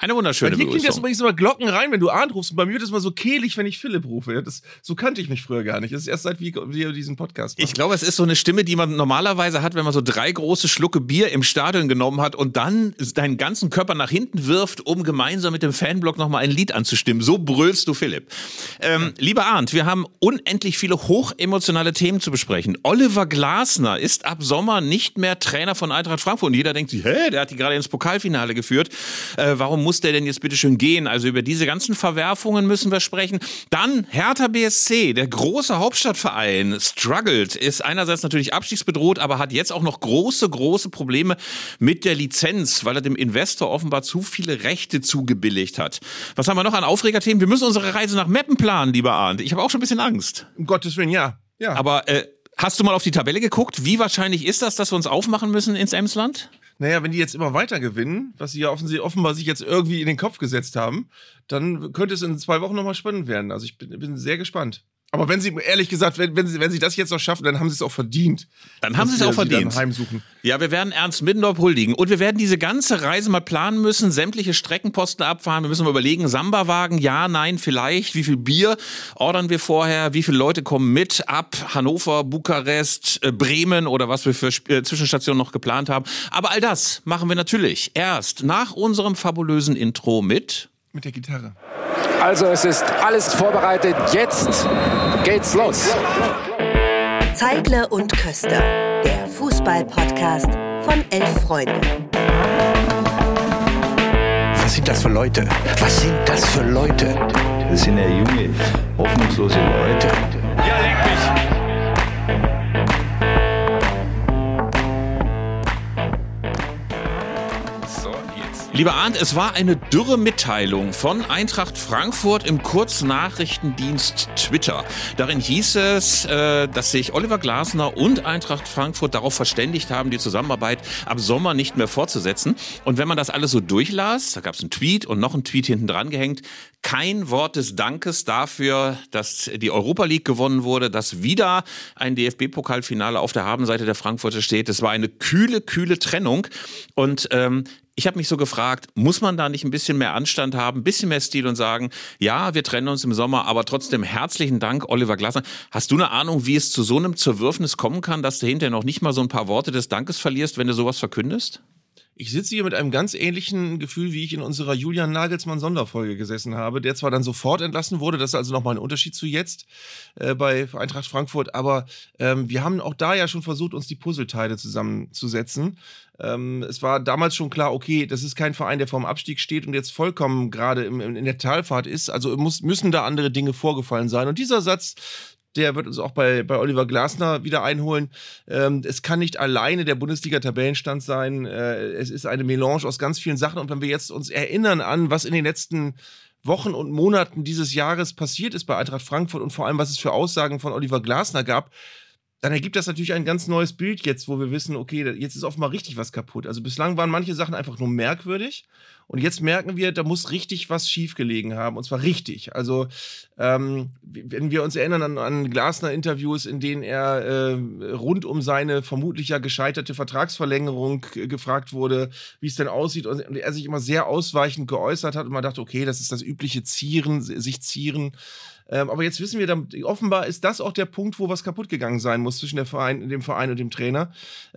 Eine wunderschöne Bei dir klingt das Begrüßung. übrigens immer Glocken rein, wenn du Arndt rufst. Und bei mir wird es immer so kehlig, wenn ich Philipp rufe. So kannte ich mich früher gar nicht. Das ist erst seit wir diesen Podcast machen. Ich glaube, es ist so eine Stimme, die man normalerweise hat, wenn man so 3 große Schlucke Bier im Stadion genommen hat und dann deinen ganzen Körper nach hinten wirft, um gemeinsam mit dem Fanblock nochmal ein Lied anzustimmen. So brüllst du, Philipp. Lieber Arndt, wir haben unendlich viele hochemotionale Themen zu besprechen. Oliver Glasner ist ab Sommer nicht mehr Trainer von Eintracht Frankfurt. Und jeder denkt sich, der hat die gerade ins Pokalfinale geführt. Warum muss der denn jetzt bitte schön gehen? Also über diese ganzen Verwerfungen müssen wir sprechen. Dann Hertha BSC, der große Hauptstadtverein, struggelt, ist einerseits natürlich abstiegsbedroht, aber hat jetzt auch noch große Probleme mit der Lizenz, weil er dem Investor offenbar zu viele Rechte zugebilligt hat. Was haben wir noch an Aufregerthemen? Wir müssen unsere Reise nach Meppen planen, lieber Arndt. Ich habe auch schon ein bisschen Angst. Um Gottes Willen, ja. Aber hast du mal auf die Tabelle geguckt? Wie wahrscheinlich ist das, dass wir uns aufmachen müssen ins Emsland? Naja, wenn die jetzt immer weiter gewinnen, was sie ja offenbar sich jetzt irgendwie in den Kopf gesetzt haben, dann könnte es in 2 Wochen nochmal spannend werden. Also ich bin sehr gespannt. Aber wenn sie, ehrlich gesagt, wenn sie das jetzt noch schaffen, dann haben sie es auch verdient. Dann haben sie es auch verdient. Heimsuchen. Ja, wir werden Ernst Middendorf huldigen. Und wir werden diese ganze Reise mal planen müssen, sämtliche Streckenposten abfahren. Wir müssen mal überlegen, Samba-Wagen, ja, nein, vielleicht. Wie viel Bier ordern wir vorher? Wie viele Leute kommen mit ab Hannover, Bukarest, Bremen oder was wir für Zwischenstationen noch geplant haben. Aber all das machen wir natürlich erst nach unserem fabulösen Intro mit der Gitarre. Also es ist alles vorbereitet, jetzt geht's los. Zeigler und Köster, der Fußball-Podcast von 11 Freunde. Was sind das für Leute? Was sind das für Leute? Das sind ja junge, hoffnungslose Leute. Ja, leck mich! Lieber Arndt, es war eine dürre Mitteilung von Eintracht Frankfurt im Kurznachrichtendienst Twitter. Darin hieß es, dass sich Oliver Glasner und Eintracht Frankfurt darauf verständigt haben, die Zusammenarbeit ab Sommer nicht mehr fortzusetzen. Und wenn man das alles so durchlas, da gab es einen Tweet und noch einen Tweet hinten dran gehängt, kein Wort des Dankes dafür, dass die Europa League gewonnen wurde, dass wieder ein DFB-Pokalfinale auf der Habenseite der Frankfurter steht. Es war eine kühle Trennung. Und ich habe mich so gefragt, muss man da nicht ein bisschen mehr Anstand haben, ein bisschen mehr Stil und sagen, ja, wir trennen uns im Sommer, aber trotzdem herzlichen Dank, Oliver Glasner. Hast du eine Ahnung, wie es zu so einem Zerwürfnis kommen kann, dass du hinterher noch nicht mal so ein paar Worte des Dankes verlierst, wenn du sowas verkündest? Ich sitze hier mit einem ganz ähnlichen Gefühl, wie ich in unserer Julian Nagelsmann-Sonderfolge gesessen habe, der zwar dann sofort entlassen wurde, das ist also nochmal ein Unterschied zu jetzt bei Eintracht Frankfurt, aber wir haben auch da ja schon versucht, uns die Puzzleteile zusammenzusetzen. Es war damals schon klar, okay, das ist kein Verein, der vorm Abstieg steht und jetzt vollkommen gerade in der Talfahrt ist, also müssen da andere Dinge vorgefallen sein. Und dieser Satz, der wird uns auch bei Oliver Glasner wieder einholen. Es kann nicht alleine der Bundesliga-Tabellenstand sein. Es ist eine Melange aus ganz vielen Sachen. Und wenn wir jetzt uns erinnern an, was in den letzten Wochen und Monaten dieses Jahres passiert ist bei Eintracht Frankfurt und vor allem, was es für Aussagen von Oliver Glasner gab, dann ergibt das natürlich ein ganz neues Bild jetzt, wo wir wissen, okay, jetzt ist offenbar richtig was kaputt. Also bislang waren manche Sachen einfach nur merkwürdig und jetzt merken wir, da muss richtig was schiefgelegen haben und zwar richtig. Also wenn wir uns erinnern an Glasner-Interviews, in denen er rund um seine vermutlich ja gescheiterte Vertragsverlängerung gefragt wurde, wie es denn aussieht und er sich immer sehr ausweichend geäußert hat und man dachte, okay, das ist das übliche sich zieren. Aber jetzt wissen wir, offenbar ist das auch der Punkt, wo was kaputt gegangen sein muss zwischen dem Verein und dem Trainer.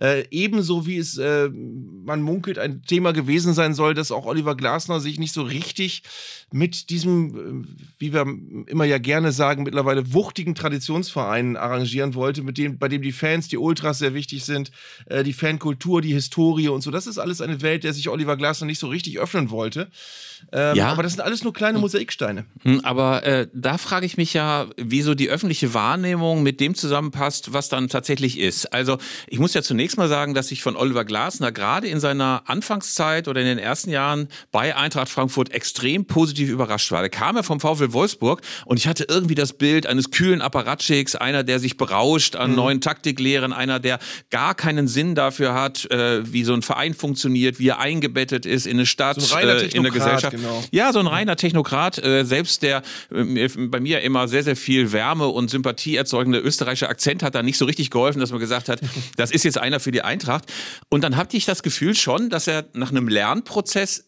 Ebenso wie es, man munkelt, ein Thema gewesen sein soll, dass auch Oliver Glasner sich nicht so richtig mit diesem, wie wir immer ja gerne sagen, mittlerweile wuchtigen Traditionsverein arrangieren wollte, bei dem die Fans, die Ultras sehr wichtig sind, die Fankultur, die Historie und so. Das ist alles eine Welt, der sich Oliver Glasner nicht so richtig öffnen wollte. Ja. Aber das sind alles nur kleine Mosaiksteine. Aber da frage ich mich ja, wieso die öffentliche Wahrnehmung mit dem zusammenpasst, was dann tatsächlich ist. Also ich muss ja zunächst mal sagen, dass ich von Oliver Glasner gerade in seiner Anfangszeit oder in den ersten Jahren bei Eintracht Frankfurt extrem positiv überrascht war. Der kam ja vom VfL Wolfsburg und ich hatte irgendwie das Bild eines kühlen Apparatchiks, einer, der sich berauscht an neuen Taktiklehren, einer, der gar keinen Sinn dafür hat, wie so ein Verein funktioniert, wie er eingebettet ist in eine Stadt, so ein in eine Gesellschaft. Genau. Ja, so ein reiner Technokrat, selbst der bei mir immer sehr, sehr viel Wärme und Sympathie erzeugende österreichische Akzent hat da nicht so richtig geholfen, dass man gesagt hat, das ist jetzt einer für die Eintracht. Und dann hatte ich das Gefühl schon, dass er nach einem Lernprozess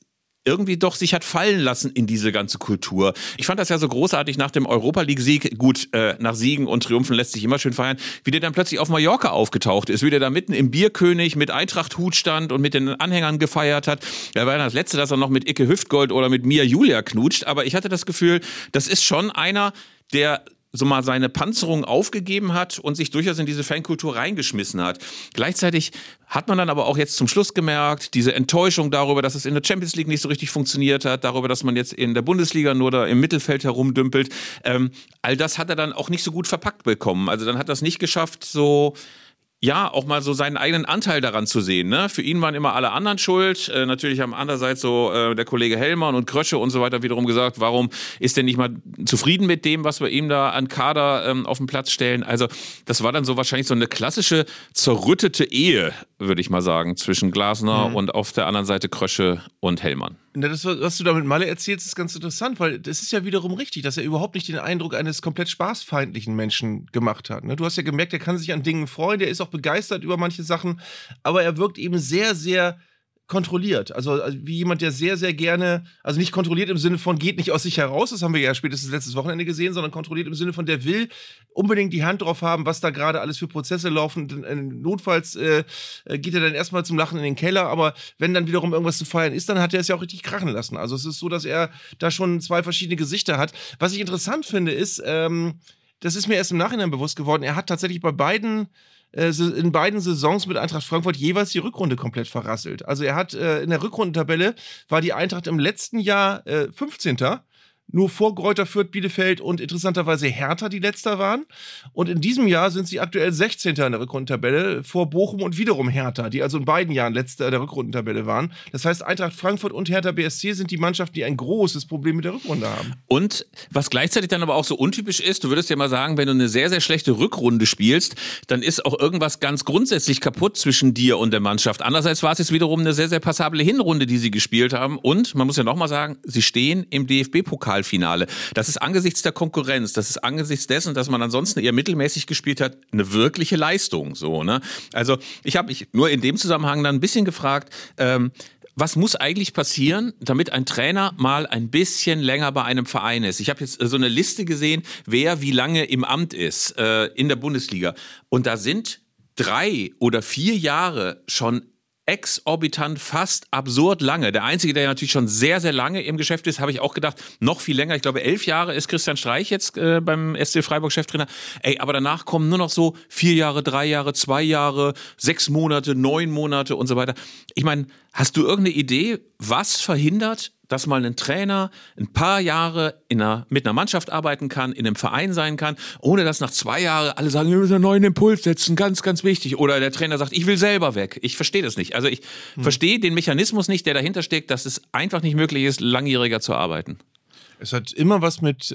irgendwie doch sich hat fallen lassen in diese ganze Kultur. Ich fand das ja so großartig nach dem Europa-League-Sieg. Gut, nach Siegen und Triumphen lässt sich immer schön feiern, wie der dann plötzlich auf Mallorca aufgetaucht ist, wie der da mitten im Bierkönig mit Eintracht-Hut stand und mit den Anhängern gefeiert hat. Er war ja das Letzte, dass er noch mit Icke Hüftgold oder mit Mia Julia knutscht, aber ich hatte das Gefühl, das ist schon einer, der so mal seine Panzerung aufgegeben hat und sich durchaus in diese Fankultur reingeschmissen hat. Gleichzeitig hat man dann aber auch jetzt zum Schluss gemerkt, diese Enttäuschung darüber, dass es in der Champions League nicht so richtig funktioniert hat, darüber, dass man jetzt in der Bundesliga nur da im Mittelfeld herumdümpelt. All das hat er dann auch nicht so gut verpackt bekommen. Also dann hat er es nicht geschafft, so ja, auch mal so seinen eigenen Anteil daran zu sehen. Ne? Für ihn waren immer alle anderen schuld. Natürlich haben andererseits so der Kollege Hellmann und Krösche und so weiter wiederum gesagt, warum ist denn nicht mal zufrieden mit dem, was wir ihm da an Kader auf den Platz stellen. Also das war dann so wahrscheinlich so eine klassische zerrüttete Ehe, würde ich mal sagen, zwischen Glasner und auf der anderen Seite Krösche und Hellmann. Das, was du da mit Malle erzählst, ist ganz interessant, weil das ist ja wiederum richtig, dass er überhaupt nicht den Eindruck eines komplett spaßfeindlichen Menschen gemacht hat. Ne? Du hast ja gemerkt, er kann sich an Dingen freuen, der ist auch begeistert über manche Sachen, aber er wirkt eben sehr, sehr kontrolliert. Also wie jemand, der sehr, sehr gerne, also nicht kontrolliert im Sinne von geht nicht aus sich heraus, das haben wir ja spätestens letztes Wochenende gesehen, sondern kontrolliert im Sinne von, der will unbedingt die Hand drauf haben, was da gerade alles für Prozesse laufen. Notfalls geht er dann erstmal zum Lachen in den Keller, aber wenn dann wiederum irgendwas zu feiern ist, dann hat er es ja auch richtig krachen lassen. Also es ist so, dass er da schon zwei verschiedene Gesichter hat. Was ich interessant finde, ist, das ist mir erst im Nachhinein bewusst geworden, er hat tatsächlich in beiden Saisons mit Eintracht Frankfurt jeweils die Rückrunde komplett verrasselt. Also er hat in der Rückrundentabelle war die Eintracht im letzten Jahr 15. Nur vor Greuther Fürth, Bielefeld und interessanterweise Hertha, die Letzter waren. Und in diesem Jahr sind sie aktuell 16. in der Rückrundentabelle, vor Bochum und wiederum Hertha, die also in beiden Jahren Letzter der Rückrundentabelle waren. Das heißt, Eintracht Frankfurt und Hertha BSC sind die Mannschaften, die ein großes Problem mit der Rückrunde haben. Und was gleichzeitig dann aber auch so untypisch ist, du würdest ja mal sagen, wenn du eine sehr, sehr schlechte Rückrunde spielst, dann ist auch irgendwas ganz grundsätzlich kaputt zwischen dir und der Mannschaft. Andererseits war es jetzt wiederum eine sehr, sehr passable Hinrunde, die sie gespielt haben. Und man muss ja nochmal sagen, sie stehen im DFB-Pokal. Finale. Das ist angesichts der Konkurrenz, das ist angesichts dessen, dass man ansonsten eher mittelmäßig gespielt hat, eine wirkliche Leistung. So, ne? Also ich habe mich nur in dem Zusammenhang dann ein bisschen gefragt, was muss eigentlich passieren, damit ein Trainer mal ein bisschen länger bei einem Verein ist? Ich habe jetzt so eine Liste gesehen, wer wie lange im Amt ist in der Bundesliga. Und da sind 3 oder 4 Jahre schon exorbitant, fast absurd lange. Der Einzige, der natürlich schon sehr, sehr lange im Geschäft ist, habe ich auch gedacht, noch viel länger. Ich glaube, 11 Jahre ist Christian Streich jetzt beim SC Freiburg Cheftrainer. Aber danach kommen nur noch so 4 Jahre, 3 Jahre, 2 Jahre, 6 Monate, 9 Monate und so weiter. Ich meine, hast du irgendeine Idee, was verhindert, dass mal ein Trainer ein paar Jahre mit einer Mannschaft arbeiten kann, in einem Verein sein kann, ohne dass nach 2 Jahren alle sagen, wir müssen einen neuen Impuls setzen, ganz, ganz wichtig. Oder der Trainer sagt, ich will selber weg. Ich verstehe das nicht. Also ich verstehe den Mechanismus nicht, der dahinter steckt, dass es einfach nicht möglich ist, langjähriger zu arbeiten. Es hat immer was mit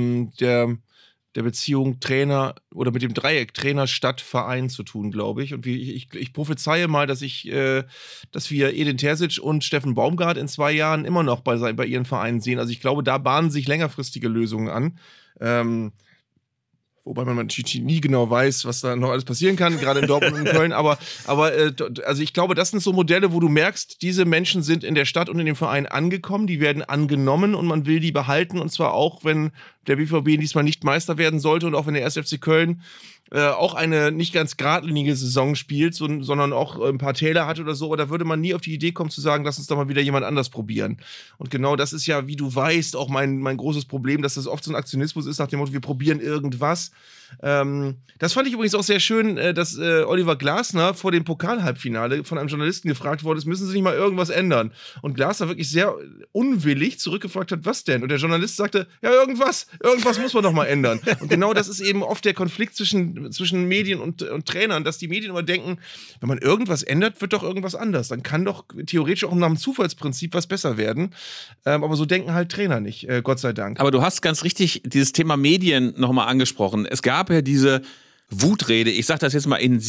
der Beziehung Trainer oder mit dem Dreieck Trainer Stadt Verein zu tun, glaube ich. Und ich prophezeie mal, dass wir Edin Terzic und Steffen Baumgart in 2 Jahren immer noch bei ihren Vereinen sehen. Also ich glaube, da bahnen sich längerfristige Lösungen an. Wobei man natürlich nie genau weiß, was da noch alles passieren kann, gerade in Dortmund und in Köln. Aber also ich glaube, das sind so Modelle, wo du merkst, diese Menschen sind in der Stadt und in dem Verein angekommen, die werden angenommen und man will die behalten. Und zwar auch, wenn der BVB diesmal nicht Meister werden sollte und auch wenn der 1. FC Köln auch eine nicht ganz geradlinige Saison spielt, sondern auch ein paar Täler hat oder so, da würde man nie auf die Idee kommen zu sagen, lass uns doch mal wieder jemand anders probieren. Und genau das ist ja, wie du weißt, auch mein großes Problem, dass das oft so ein Aktionismus ist nach dem Motto, wir probieren irgendwas. Das fand ich übrigens auch sehr schön, dass Oliver Glasner vor dem Pokalhalbfinale von einem Journalisten gefragt wurde, müssen Sie nicht mal irgendwas ändern? Und Glasner wirklich sehr unwillig zurückgefragt hat, was denn? Und der Journalist sagte, ja, irgendwas muss man doch mal ändern. Und genau das ist eben oft der Konflikt zwischen Medien und Trainern, dass die Medien immer denken, wenn man irgendwas ändert, wird doch irgendwas anders. Dann kann doch theoretisch auch nach dem Zufallsprinzip was besser werden. Aber so denken halt Trainer nicht, Gott sei Dank. Aber du hast ganz richtig dieses Thema Medien nochmal angesprochen. Es gab ja diese Wutrede, ich sage das jetzt mal in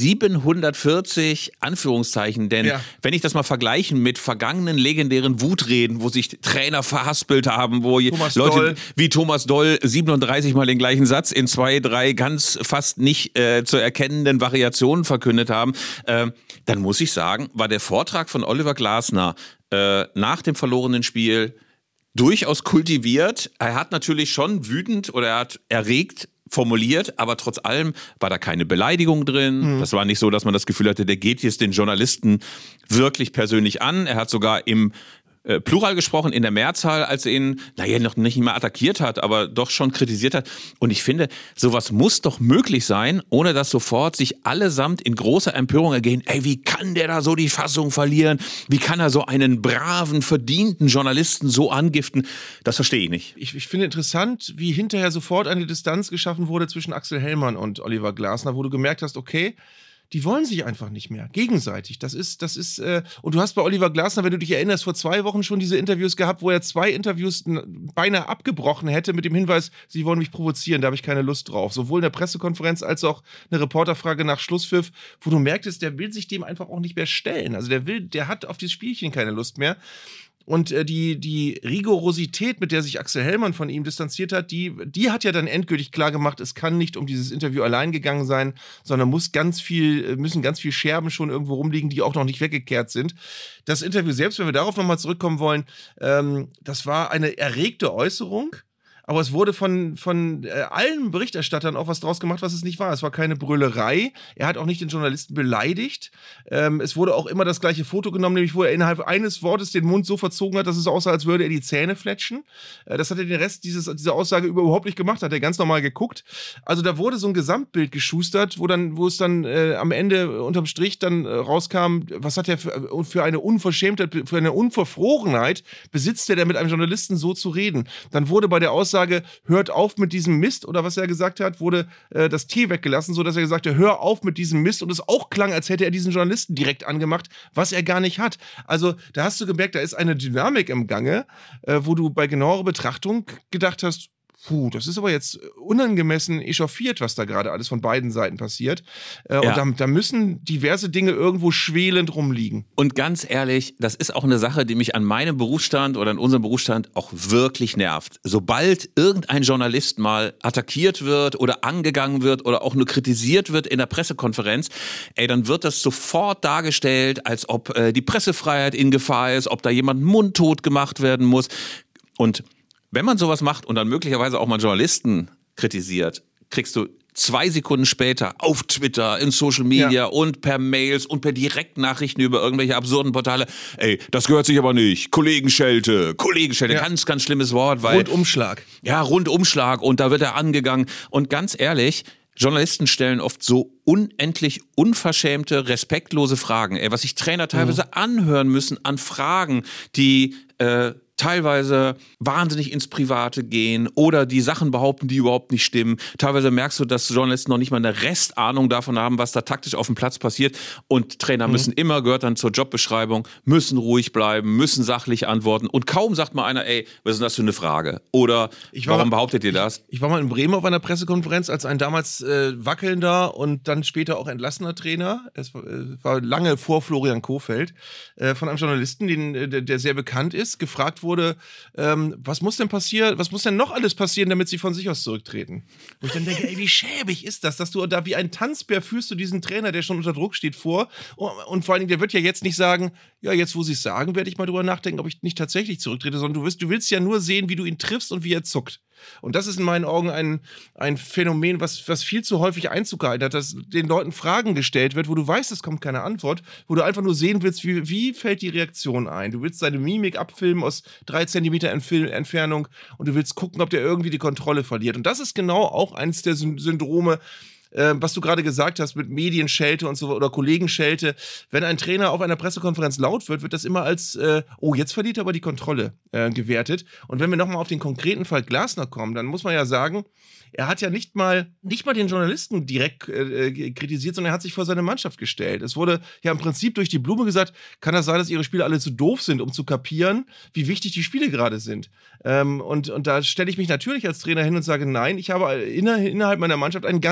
740 Anführungszeichen, denn wenn ich das mal vergleichen mit vergangenen legendären Wutreden, wo sich Trainer verhaspelt haben, wo Leute wie Thomas Doll 37 Mal den gleichen Satz in 2, 3 ganz fast nicht zu erkennenden Variationen verkündet haben, dann muss ich sagen, war der Vortrag von Oliver Glasner nach dem verlorenen Spiel durchaus kultiviert. Er hat natürlich schon wütend oder er hat erregt formuliert, aber trotz allem war da keine Beleidigung drin. Das war nicht so, dass man das Gefühl hatte, der geht jetzt den Journalisten wirklich persönlich an. Er hat sogar im Plural gesprochen, in der Mehrzahl, als er ihn, noch nicht mehr attackiert hat, aber doch schon kritisiert hat. Und ich finde, sowas muss doch möglich sein, ohne dass sofort sich allesamt in großer Empörung ergehen, wie kann der da so die Fassung verlieren? Wie kann er so einen braven, verdienten Journalisten so angiften? Das verstehe ich nicht. Ich finde interessant, wie hinterher sofort eine Distanz geschaffen wurde zwischen Axel Hellmann und Oliver Glasner, wo du gemerkt hast, okay, die wollen sich einfach nicht mehr, gegenseitig. Das ist, und du hast bei Oliver Glasner, wenn du dich erinnerst, vor 2 Wochen schon diese Interviews gehabt, wo er 2 Interviews beinahe abgebrochen hätte mit dem Hinweis, sie wollen mich provozieren, da habe ich keine Lust drauf. Sowohl in der Pressekonferenz als auch eine Reporterfrage nach Schlusspfiff, wo du merktest, der will sich dem einfach auch nicht mehr stellen. Also der hat auf dieses Spielchen keine Lust mehr. Und die Rigorosität, mit der sich Axel Hellmann von ihm distanziert hat, die hat ja dann endgültig klar gemacht, es kann nicht um dieses Interview allein gegangen sein, sondern müssen ganz viel Scherben schon irgendwo rumliegen, die auch noch nicht weggekehrt sind. Das Interview selbst, wenn wir darauf nochmal zurückkommen wollen, das war eine erregte Äußerung. Aber es wurde von allen Berichterstattern auch was draus gemacht, was es nicht war. Es war keine Brüllerei. Er hat auch nicht den Journalisten beleidigt. Es wurde auch immer das gleiche Foto genommen, nämlich wo er innerhalb eines Wortes den Mund so verzogen hat, dass es aussah, als würde er die Zähne fletschen. Das hat er den Rest dieser Aussage überhaupt nicht gemacht, hat er ganz normal geguckt. Also da wurde so ein Gesamtbild geschustert, wo es dann am Ende unterm Strich dann rauskam, was hat er für eine Unverschämtheit, für eine Unverfrorenheit besitzt er mit einem Journalisten so zu reden. Dann wurde bei der Aussage, hört auf mit diesem Mist, oder was er gesagt hat, wurde das T weggelassen, sodass er gesagt hat, hör auf mit diesem Mist, und es auch klang, als hätte er diesen Journalisten direkt angemacht, was er gar nicht hat. Also da hast du gemerkt, da ist eine Dynamik im Gange, wo du bei genauerer Betrachtung gedacht hast, das ist aber jetzt unangemessen echauffiert, was da gerade alles von beiden Seiten passiert. Und da müssen diverse Dinge irgendwo schwelend rumliegen. Und ganz ehrlich, das ist auch eine Sache, die mich an meinem Berufsstand oder an unserem Berufsstand auch wirklich nervt. Sobald irgendein Journalist mal attackiert wird oder angegangen wird oder auch nur kritisiert wird in der Pressekonferenz, dann wird das sofort dargestellt, als ob die Pressefreiheit in Gefahr ist, ob da jemand mundtot gemacht werden muss. Und wenn man sowas macht und dann möglicherweise auch mal Journalisten kritisiert, kriegst du 2 Sekunden später auf Twitter, in Social Media und per Mails und per Direktnachrichten über irgendwelche absurden Portale, das gehört sich aber nicht, Kollegenschelte, ganz, ganz schlimmes Wort. Rundumschlag. Ja, Rundumschlag, und da wird er angegangen. Und ganz ehrlich, Journalisten stellen oft so unendlich unverschämte, respektlose Fragen. Was sich Trainer teilweise anhören müssen an Fragen, die teilweise wahnsinnig ins Private gehen oder die Sachen behaupten, die überhaupt nicht stimmen. Teilweise merkst du, dass Journalisten noch nicht mal eine Restahnung davon haben, was da taktisch auf dem Platz passiert. Und Trainer müssen immer, gehört dann zur Jobbeschreibung, müssen ruhig bleiben, müssen sachlich antworten. Und kaum sagt mal einer, was ist denn das für eine Frage? Oder warum behauptet ihr das? Ich war mal in Bremen auf einer Pressekonferenz als ein damals wackelnder und dann später auch entlassener Trainer. Es war lange vor Florian Kohfeldt, von einem Journalisten, der sehr bekannt ist, gefragt wurde, was muss denn noch alles passieren, damit sie von sich aus zurücktreten? Wo ich dann denke, wie schäbig ist das, dass du da wie ein Tanzbär führst du diesen Trainer, der schon unter Druck steht, vor, und vor allen Dingen, der wird ja jetzt nicht sagen, jetzt wo sie es sagen, werde ich mal drüber nachdenken, ob ich nicht tatsächlich zurücktrete, sondern du willst ja nur sehen, wie du ihn triffst und wie er zuckt. Und das ist in meinen Augen ein Phänomen, was viel zu häufig Einzug gehalten hat, dass den Leuten Fragen gestellt wird, wo du weißt, es kommt keine Antwort, wo du einfach nur sehen willst, wie fällt die Reaktion ein. Du willst seine Mimik abfilmen aus 3 Zentimeter Entfernung und du willst gucken, ob der irgendwie die Kontrolle verliert. Und das ist genau auch eines der Syndrome, was du gerade gesagt hast mit Medienschelte und so oder Kollegenschelte. Wenn ein Trainer auf einer Pressekonferenz laut wird das immer als jetzt verliert er aber die Kontrolle gewertet. Und wenn wir nochmal auf den konkreten Fall Glasner kommen, dann muss man ja sagen, er hat ja nicht mal den Journalisten direkt kritisiert, sondern er hat sich vor seine Mannschaft gestellt. Es wurde ja im Prinzip durch die Blume gesagt, kann das sein, dass ihre Spieler alle zu doof sind, um zu kapieren, wie wichtig die Spiele gerade sind. Und da stelle ich mich natürlich als Trainer hin und sage, nein, ich habe innerhalb meiner Mannschaft einen ganz anderen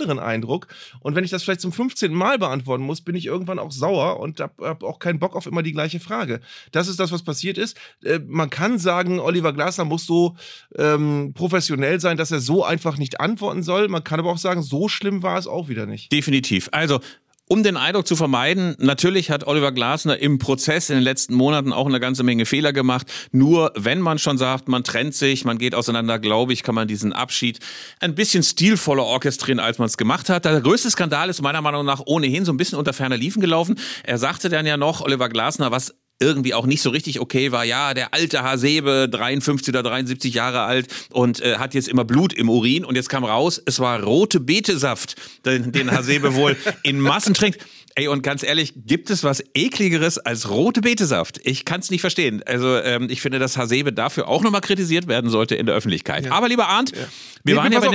inneren Eindruck. Und wenn ich das vielleicht zum 15. Mal beantworten muss, bin ich irgendwann auch sauer und hab auch keinen Bock auf immer die gleiche Frage. Das ist das, was passiert ist. Man kann sagen, Oliver Glasner muss so professionell sein, dass er so einfach nicht antworten soll. Man kann aber auch sagen, so schlimm war es auch wieder nicht. Definitiv. Also, um den Eindruck zu vermeiden, natürlich hat Oliver Glasner im Prozess in den letzten Monaten auch eine ganze Menge Fehler gemacht. Nur wenn man schon sagt, man trennt sich, man geht auseinander, glaube ich, kann man diesen Abschied ein bisschen stilvoller orchestrieren, als man es gemacht hat. Der größte Skandal ist meiner Meinung nach ohnehin so ein bisschen unter ferner Liefen gelaufen. Er sagte dann ja noch, Oliver Glasner, was irgendwie auch nicht so richtig okay war, ja, der alte Hasebe, 53 oder 73 Jahre alt und hat jetzt immer Blut im Urin und jetzt kam raus, es war rote Betesaft, den Hasebe wohl in Massen trinkt. Ey, und ganz ehrlich, gibt es was Ekligeres als rote Betesaft? Ich kann es nicht verstehen. Also ich finde, dass Hasebe dafür auch nochmal kritisiert werden sollte in der Öffentlichkeit. Ja. Aber lieber Arndt, wir waren ja bei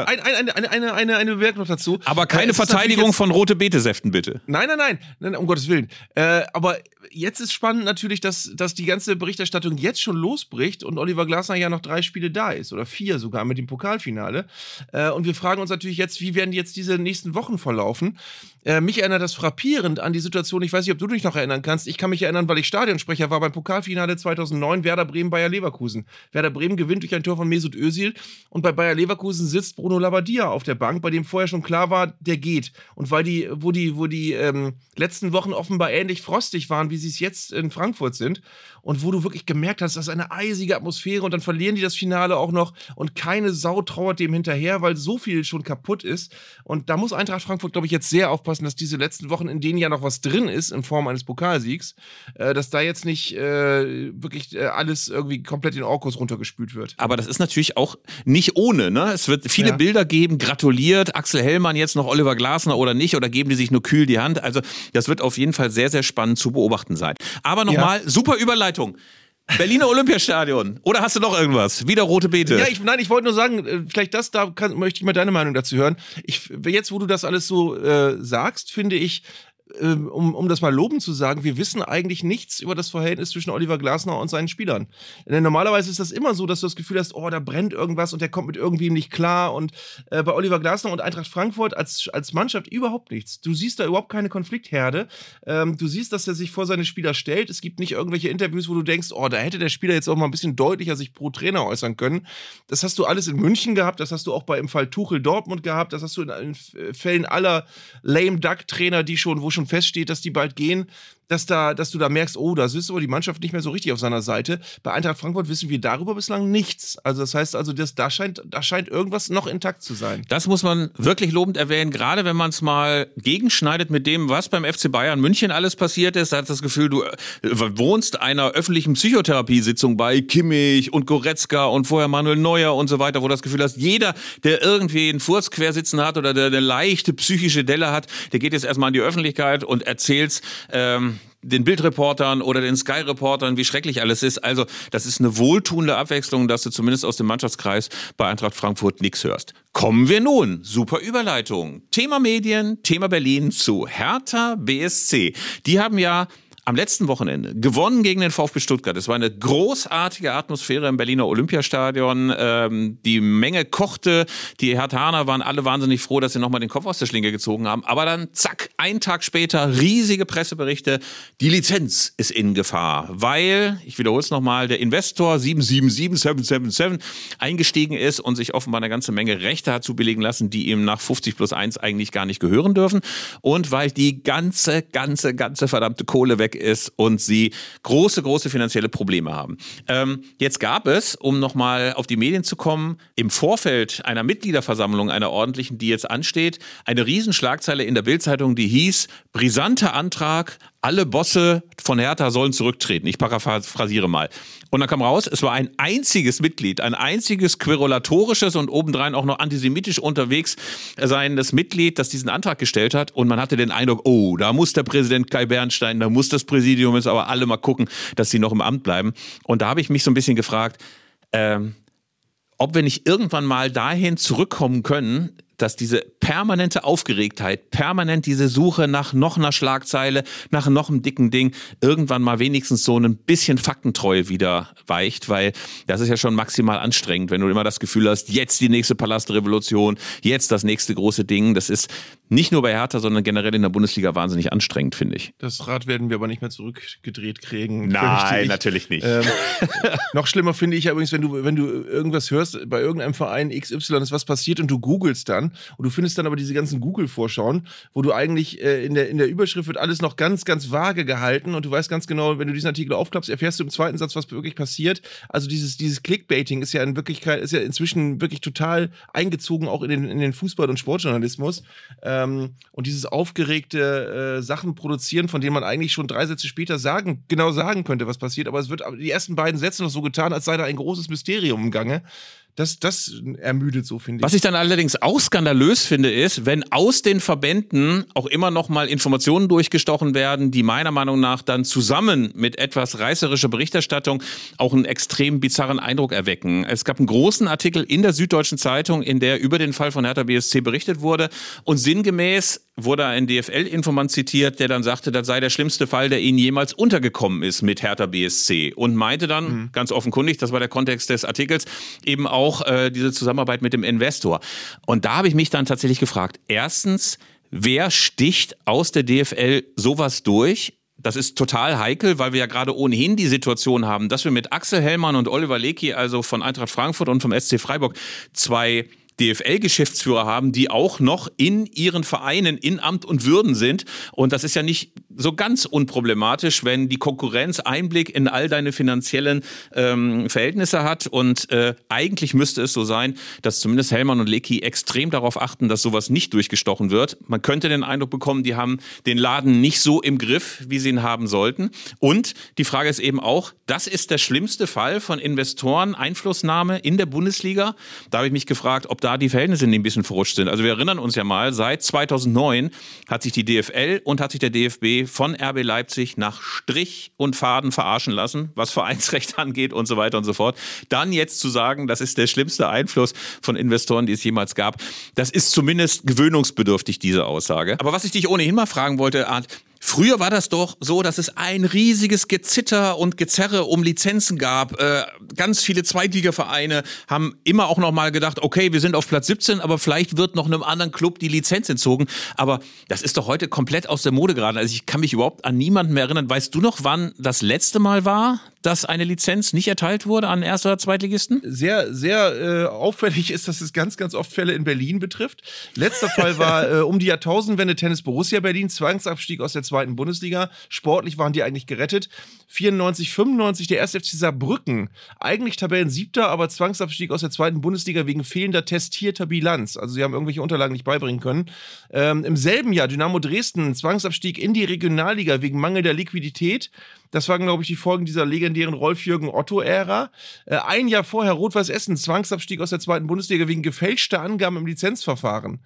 eine Bemerkung noch dazu. Aber keine Verteidigung von rote Betesäften, bitte. Nein, um Gottes Willen. Aber jetzt ist spannend natürlich, dass die ganze Berichterstattung jetzt schon losbricht und Oliver Glasner ja noch 3 Spiele da ist oder 4 sogar mit dem Pokalfinale. Und wir fragen uns natürlich jetzt, wie werden jetzt diese nächsten Wochen verlaufen? Mich erinnert das frappierend an die Situation, ich weiß nicht, ob du dich noch erinnern kannst, ich kann mich erinnern, weil ich Stadionsprecher war beim Pokalfinale 2009, Werder Bremen, Bayer Leverkusen. Werder Bremen gewinnt durch ein Tor von Mesut Özil und bei Bayer Leverkusen sitzt Bruno Labbadia auf der Bank, bei dem vorher schon klar war, der geht. Und weil wo die letzten Wochen offenbar ähnlich frostig waren, wie sie es jetzt in Frankfurt sind und wo du wirklich gemerkt hast, das ist eine eisige Atmosphäre und dann verlieren die das Finale auch noch und keine Sau trauert dem hinterher, weil so viel schon kaputt ist. Und da muss Eintracht Frankfurt, glaube ich, jetzt sehr aufpassen, dass diese letzten Wochen, in denen ja noch was drin ist in Form eines Pokalsiegs, dass da jetzt nicht wirklich alles irgendwie komplett in Orkus runtergespült wird. Aber das ist natürlich auch nicht ohne, ne? Es wird viele Bilder geben, gratuliert, Axel Hellmann jetzt noch Oliver Glasner oder nicht, oder geben die sich nur kühl die Hand. Also das wird auf jeden Fall sehr, sehr spannend zu beobachten sein. Aber nochmal, super Überleitung. Berliner Olympiastadion. Oder hast du noch irgendwas? Wieder rote Beete. Ja, ich wollte nur sagen, vielleicht möchte ich mal deine Meinung dazu hören. Jetzt, wo du das alles so sagst, finde ich, um das mal lobend zu sagen, wir wissen eigentlich nichts über das Verhältnis zwischen Oliver Glasner und seinen Spielern. Denn normalerweise ist das immer so, dass du das Gefühl hast, da brennt irgendwas und der kommt mit irgendwem nicht klar. Und bei Oliver Glasner und Eintracht Frankfurt als Mannschaft überhaupt nichts. Du siehst da überhaupt keine Konfliktherde. Du siehst, dass er sich vor seine Spieler stellt. Es gibt nicht irgendwelche Interviews, wo du denkst, da hätte der Spieler jetzt auch mal ein bisschen deutlicher sich pro Trainer äußern können. Das hast du alles in München gehabt, das hast du auch im Fall Tuchel Dortmund gehabt, das hast du in Fällen aller lame Duck-Trainer, wo schon feststeht, dass die bald gehen, dass du da merkst, da ist aber die Mannschaft nicht mehr so richtig auf seiner Seite. Bei Eintracht Frankfurt wissen wir darüber bislang nichts. Also das heißt, da scheint irgendwas noch intakt zu sein. Das muss man wirklich lobend erwähnen, gerade wenn man es mal gegenschneidet mit dem, was beim FC Bayern München alles passiert ist. Da hat das Gefühl, du wohnst einer öffentlichen Psychotherapiesitzung bei Kimmich und Goretzka und vorher Manuel Neuer und so weiter, wo du das Gefühl hast, jeder, der irgendwie einen Furz quersitzen hat oder der eine leichte psychische Delle hat, der geht jetzt erstmal in die Öffentlichkeit und erzählt's den Bildreportern oder den Sky-Reportern, wie schrecklich alles ist. Also das ist eine wohltuende Abwechslung, dass du zumindest aus dem Mannschaftskreis bei Eintracht Frankfurt nichts hörst. Kommen wir nun, super Überleitung, Thema Medien, Thema Berlin zu Hertha BSC. Die haben ja am letzten Wochenende gewonnen gegen den VfB Stuttgart. Es war eine großartige Atmosphäre im Berliner Olympiastadion. Die Menge kochte. Die Herthaner waren alle wahnsinnig froh, dass sie nochmal den Kopf aus der Schlinge gezogen haben. Aber dann, zack, einen Tag später, riesige Presseberichte. Die Lizenz ist in Gefahr, weil, ich wiederhole es nochmal, der Investor 777 eingestiegen ist und sich offenbar eine ganze Menge Rechte hat zubilligen lassen, die ihm nach 50+1 eigentlich gar nicht gehören dürfen. Und weil die ganze verdammte Kohle weg ist und sie große finanzielle Probleme haben. Jetzt gab es, um nochmal auf die Medien zu kommen, im Vorfeld einer Mitgliederversammlung, einer ordentlichen, die jetzt ansteht, eine Riesenschlagzeile in der Bild-Zeitung, die hieß, brisanter Antrag, alle Bosse von Hertha sollen zurücktreten. Ich paraphrasiere mal. Und dann kam raus, es war ein einziges Mitglied, ein einziges querulatorisches und obendrein auch noch antisemitisch unterwegs seiendes Mitglied, das diesen Antrag gestellt hat. Und man hatte den Eindruck, da muss der Präsident Kai Bernstein, da muss das Präsidium jetzt aber alle mal gucken, dass sie noch im Amt bleiben. Und da habe ich mich so ein bisschen gefragt, ob wir nicht irgendwann mal dahin zurückkommen können, dass diese permanente Aufgeregtheit, permanent diese Suche nach noch einer Schlagzeile, nach noch einem dicken Ding, irgendwann mal wenigstens so ein bisschen Faktentreue wieder weicht, weil das ist ja schon maximal anstrengend, wenn du immer das Gefühl hast, jetzt die nächste Palastrevolution, jetzt das nächste große Ding. Das ist nicht nur bei Hertha, sondern generell in der Bundesliga wahnsinnig anstrengend, finde ich. Das Rad werden wir aber nicht mehr zurückgedreht kriegen. Nein, natürlich nicht. Noch schlimmer finde ich ja übrigens, wenn du irgendwas hörst, bei irgendeinem Verein XY ist was passiert und du googelst dann und du findest dann aber diese ganzen Google-Vorschauen, wo du eigentlich in der Überschrift wird alles noch ganz, ganz vage gehalten und du weißt ganz genau, wenn du diesen Artikel aufklappst, erfährst du im zweiten Satz, was wirklich passiert. Also dieses Clickbaiting ist ja in Wirklichkeit, ist ja inzwischen wirklich total eingezogen, auch in den Fußball- und Sportjournalismus. Und dieses aufgeregte Sachen produzieren, von denen man eigentlich schon 3 Sätze später genau sagen könnte, was passiert, aber es wird die ersten beiden Sätze noch so getan, als sei da ein großes Mysterium im Gange. Das ermüdet so, finde ich. Was ich dann allerdings auch skandalös finde, ist, wenn aus den Verbänden auch immer noch mal Informationen durchgestochen werden, die meiner Meinung nach dann zusammen mit etwas reißerischer Berichterstattung auch einen extrem bizarren Eindruck erwecken. Es gab einen großen Artikel in der Süddeutschen Zeitung, in der über den Fall von Hertha BSC berichtet wurde und sinngemäß wurde ein DFL-Informant zitiert, der dann sagte, das sei der schlimmste Fall, der ihnen jemals untergekommen ist mit Hertha BSC und meinte dann, ganz offenkundig, das war der Kontext des Artikels, eben auch diese Zusammenarbeit mit dem Investor. Und da habe ich mich dann tatsächlich gefragt, erstens, wer sticht aus der DFL sowas durch? Das ist total heikel, weil wir ja gerade ohnehin die Situation haben, dass wir mit Axel Hellmann und Oliver Leckie, also von Eintracht Frankfurt und vom SC Freiburg, 2 DFL-Geschäftsführer haben, die auch noch in ihren Vereinen in Amt und Würden sind. Und das ist ja nicht so ganz unproblematisch, wenn die Konkurrenz Einblick in all deine finanziellen Verhältnisse hat. Und eigentlich müsste es so sein, dass zumindest Hellmann und Leckie extrem darauf achten, dass sowas nicht durchgestochen wird. Man könnte den Eindruck bekommen, die haben den Laden nicht so im Griff, wie sie ihn haben sollten. Und die Frage ist eben auch, das ist der schlimmste Fall von Investoren-Einflussnahme in der Bundesliga. Da habe ich mich gefragt, ob da die Verhältnisse ein bisschen verrutscht sind. Also wir erinnern uns ja mal, seit 2009 hat sich die DFL und hat sich der DFB von RB Leipzig nach Strich und Faden verarschen lassen, was Vereinsrecht angeht und so weiter und so fort. Dann jetzt zu sagen, das ist der schlimmste Einfluss von Investoren, die es jemals gab, das ist zumindest gewöhnungsbedürftig, diese Aussage. Aber was ich dich ohnehin mal fragen wollte, Arndt, früher war das doch so, dass es ein riesiges Gezitter und Gezerre um Lizenzen gab. Ganz viele Zweitligavereine haben immer auch noch mal gedacht, okay, wir sind auf Platz 17, aber vielleicht wird noch einem anderen Club die Lizenz entzogen. Aber das ist doch heute komplett aus der Mode geraten. Also ich kann mich überhaupt an niemanden mehr erinnern. Weißt du noch, wann das letzte Mal war, dass eine Lizenz nicht erteilt wurde an Erst- oder Zweitligisten? Sehr, sehr auffällig ist, dass es ganz, ganz oft Fälle in Berlin betrifft. Letzter Fall war um die Jahrtausendwende Tennis Borussia Berlin, Zwangsabstieg aus der 2. Bundesliga. Sportlich waren die eigentlich gerettet. 94, 95 der 1. FC Saarbrücken. Eigentlich Tabellen-7., aber Zwangsabstieg aus der 2. Bundesliga wegen fehlender testierter Bilanz. Also sie haben irgendwelche Unterlagen nicht beibringen können. Im selben Jahr Dynamo Dresden, Zwangsabstieg in die Regionalliga wegen mangelnder Liquidität. Das waren, glaube ich, die Folgen dieser legendären Rolf-Jürgen-Otto-Ära. Ein Jahr vorher Rot-Weiß Essen, Zwangsabstieg aus der 2. Bundesliga wegen gefälschter Angaben im Lizenzverfahren.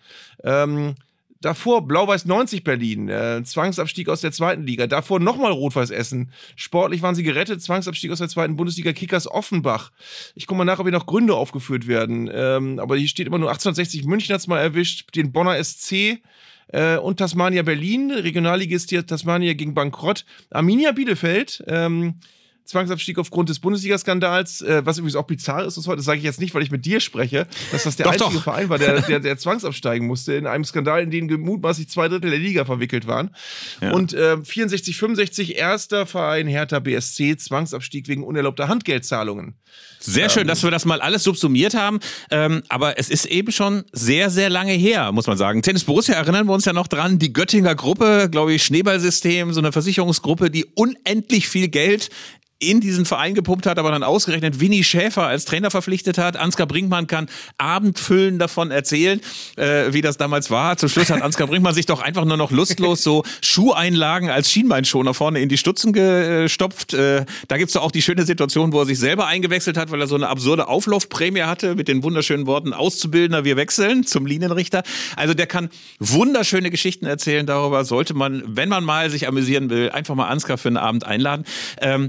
Davor Blau-Weiß 90 Berlin, Zwangsabstieg aus der 2. Liga. Davor nochmal Rot-Weiß Essen. Sportlich waren sie gerettet, Zwangsabstieg aus der 2. Bundesliga, Kickers Offenbach. Ich gucke mal nach, ob hier noch Gründe aufgeführt werden. Aber hier steht immer nur 1860 München hat's mal erwischt, den Bonner SC und Tasmania Berlin, Regionalligist hier Tasmania gegen Bankrott. Arminia Bielefeld, Zwangsabstieg aufgrund des Bundesliga-Skandals, was übrigens auch bizarr ist, das sage ich jetzt nicht, weil ich mit dir spreche, dass das der einzige Verein war, der zwangsabsteigen musste in einem Skandal, in den mutmaßlich 2/3 der Liga verwickelt waren. Ja. Und 64, 65, erster Verein Hertha BSC, Zwangsabstieg wegen unerlaubter Handgeldzahlungen. Sehr schön, dass wir das mal alles subsumiert haben, aber es ist eben schon sehr, sehr lange her, muss man sagen. Tennis Borussia erinnern wir uns ja noch dran, die Göttinger Gruppe, glaube ich, Schneeballsystem, so eine Versicherungsgruppe, die unendlich viel Geld in diesen Verein gepumpt hat, aber dann ausgerechnet Winnie Schäfer als Trainer verpflichtet hat. Ansgar Brinkmann kann abendfüllend davon erzählen, wie das damals war. Zum Schluss hat Ansgar Brinkmann sich doch einfach nur noch lustlos so Schuheinlagen als Schienbeinschoner vorne in die Stutzen gestopft. Da gibt's doch auch die schöne Situation, wo er sich selber eingewechselt hat, weil er so eine absurde Auflaufprämie hatte mit den wunderschönen Worten Auszubildender, wir wechseln zum Linienrichter. Also der kann wunderschöne Geschichten erzählen. Darüber sollte man, wenn man mal sich amüsieren will, einfach mal Ansgar für einen Abend einladen. Aber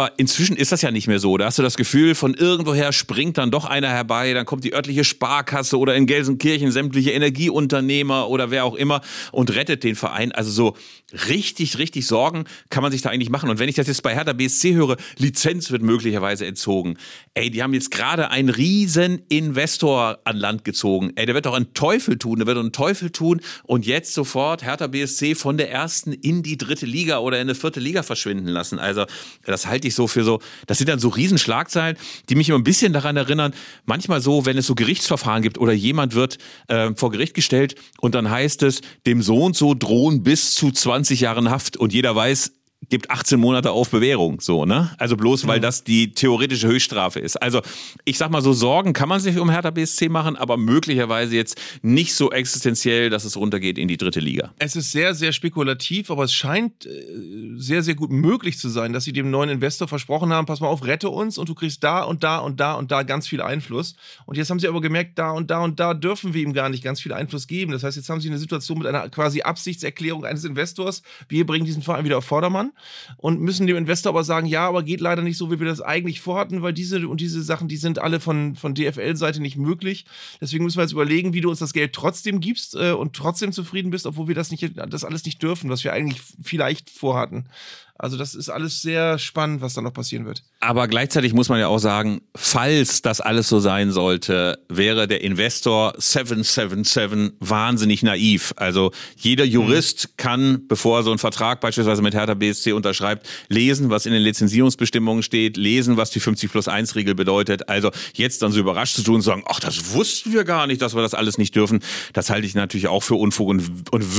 Aber inzwischen ist das ja nicht mehr so. Da hast du das Gefühl, von irgendwoher springt dann doch einer herbei, dann kommt die örtliche Sparkasse oder in Gelsenkirchen sämtliche Energieunternehmer oder wer auch immer und rettet den Verein. Also so richtig, richtig Sorgen kann man sich da eigentlich machen. Und wenn ich das jetzt bei Hertha BSC höre, Lizenz wird möglicherweise entzogen. Ey, die haben jetzt gerade einen riesen Investor an Land gezogen. Ey, der wird doch einen Teufel tun, und jetzt sofort Hertha BSC von der ersten in die 3. Liga oder in eine 4. Liga verschwinden lassen. Also das halte ich so für so, das sind dann so Riesenschlagzeilen, die mich immer ein bisschen daran erinnern, manchmal so, wenn es so Gerichtsverfahren gibt oder jemand wird vor Gericht gestellt und dann heißt es, dem so und so drohen bis zu 20 Jahren Haft und jeder weiß, gibt 18 Monate auf Bewährung, so, ne? Also bloß, weil das die theoretische Höchststrafe ist. Also, ich sag mal so, Sorgen kann man sich um Hertha BSC machen, aber möglicherweise jetzt nicht so existenziell, dass es runtergeht in die 3. Liga. Es ist sehr, sehr spekulativ, aber es scheint sehr, sehr gut möglich zu sein, dass sie dem neuen Investor versprochen haben, pass mal auf, rette uns und du kriegst da und da und da und da ganz viel Einfluss. Und jetzt haben sie aber gemerkt, da und da und da dürfen wir ihm gar nicht ganz viel Einfluss geben. Das heißt, jetzt haben sie eine Situation mit einer quasi Absichtserklärung eines Investors, wir bringen diesen Verein wieder auf Vordermann. Und müssen dem Investor aber sagen, ja, aber geht leider nicht so, wie wir das eigentlich vorhatten, weil diese Sachen, die sind alle von DFL-Seite nicht möglich. Deswegen müssen wir jetzt überlegen, wie du uns das Geld trotzdem gibst und trotzdem zufrieden bist, obwohl wir das alles nicht dürfen, was wir eigentlich vielleicht vorhatten. Also das ist alles sehr spannend, was da noch passieren wird. Aber gleichzeitig muss man ja auch sagen, falls das alles so sein sollte, wäre der Investor 777 wahnsinnig naiv. Also jeder Jurist kann, bevor er so einen Vertrag beispielsweise mit Hertha BSC unterschreibt, lesen, was in den Lizenzierungsbestimmungen steht, lesen, was die 50+1-Regel bedeutet. Also jetzt dann so überrascht zu tun und sagen, ach, das wussten wir gar nicht, dass wir das alles nicht dürfen. Das halte ich natürlich auch für Unfug und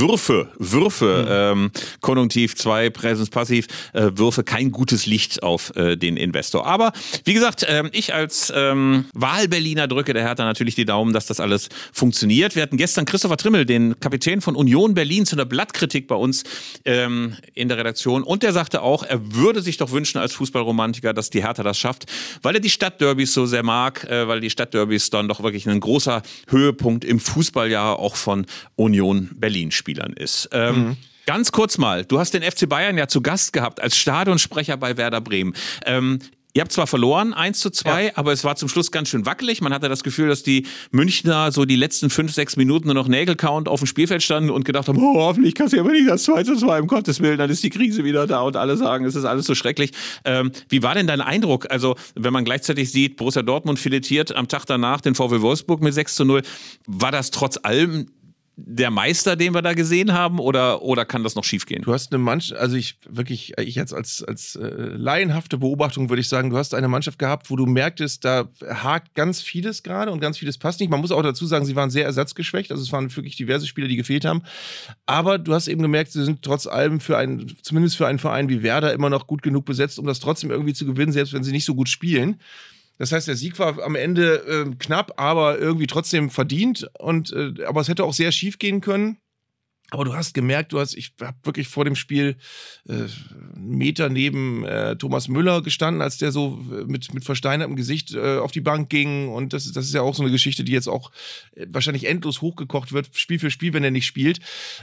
Würfe, Konjunktiv 2, Präsens passiv, Würfe kein gutes Licht auf den Investor. Aber wie gesagt, ich als Wahlberliner drücke der Hertha natürlich die Daumen, dass das alles funktioniert. Wir hatten gestern Christopher Trimmel, den Kapitän von Union Berlin, zu einer Blattkritik bei uns in der Redaktion. Und der sagte auch, er würde sich doch wünschen als Fußballromantiker, dass die Hertha das schafft, weil er die Stadtderbys so sehr mag, weil die Stadtderbys dann doch wirklich ein großer Höhepunkt im Fußballjahr auch von Union Berlin-Spielern ist. Ganz kurz mal, du hast den FC Bayern ja zu Gast gehabt als Stadionsprecher bei Werder Bremen. Ihr habt zwar verloren, 1:2, aber es war zum Schluss ganz schön wackelig. Man hatte das Gefühl, dass die Münchner so die letzten 5-6 Minuten nur noch Nägelcount auf dem Spielfeld standen und gedacht haben, oh, hoffentlich kassieren wir nicht das 2:2, um Gottes Willen, dann ist die Krise wieder da und alle sagen, es ist alles so schrecklich. Wie war denn dein Eindruck? Also, wenn man gleichzeitig sieht, Borussia Dortmund filetiert am Tag danach den VfL Wolfsburg mit 6:0, war das trotz allem der Meister, den wir da gesehen haben, oder kann das noch schief gehen? Du hast eine Mannschaft, also ich jetzt als laienhafte Beobachtung würde ich sagen, du hast eine Mannschaft gehabt, wo du merktest, da hakt ganz vieles gerade und ganz vieles passt nicht. Man muss auch dazu sagen, sie waren sehr ersatzgeschwächt, also es waren wirklich diverse Spieler, die gefehlt haben. Aber du hast eben gemerkt, sie sind trotz allem zumindest für einen Verein wie Werder immer noch gut genug besetzt, um das trotzdem irgendwie zu gewinnen, selbst wenn sie nicht so gut spielen. Das heißt, der Sieg war am Ende knapp, aber irgendwie trotzdem verdient. Aber es hätte auch sehr schief gehen können. Aber du hast gemerkt, ich habe wirklich vor dem Spiel einen Meter neben Thomas Müller gestanden, als der so mit versteinertem Gesicht auf die Bank ging. Und das ist ja auch so eine Geschichte, die jetzt auch wahrscheinlich endlos hochgekocht wird, Spiel für Spiel, wenn er nicht spielt.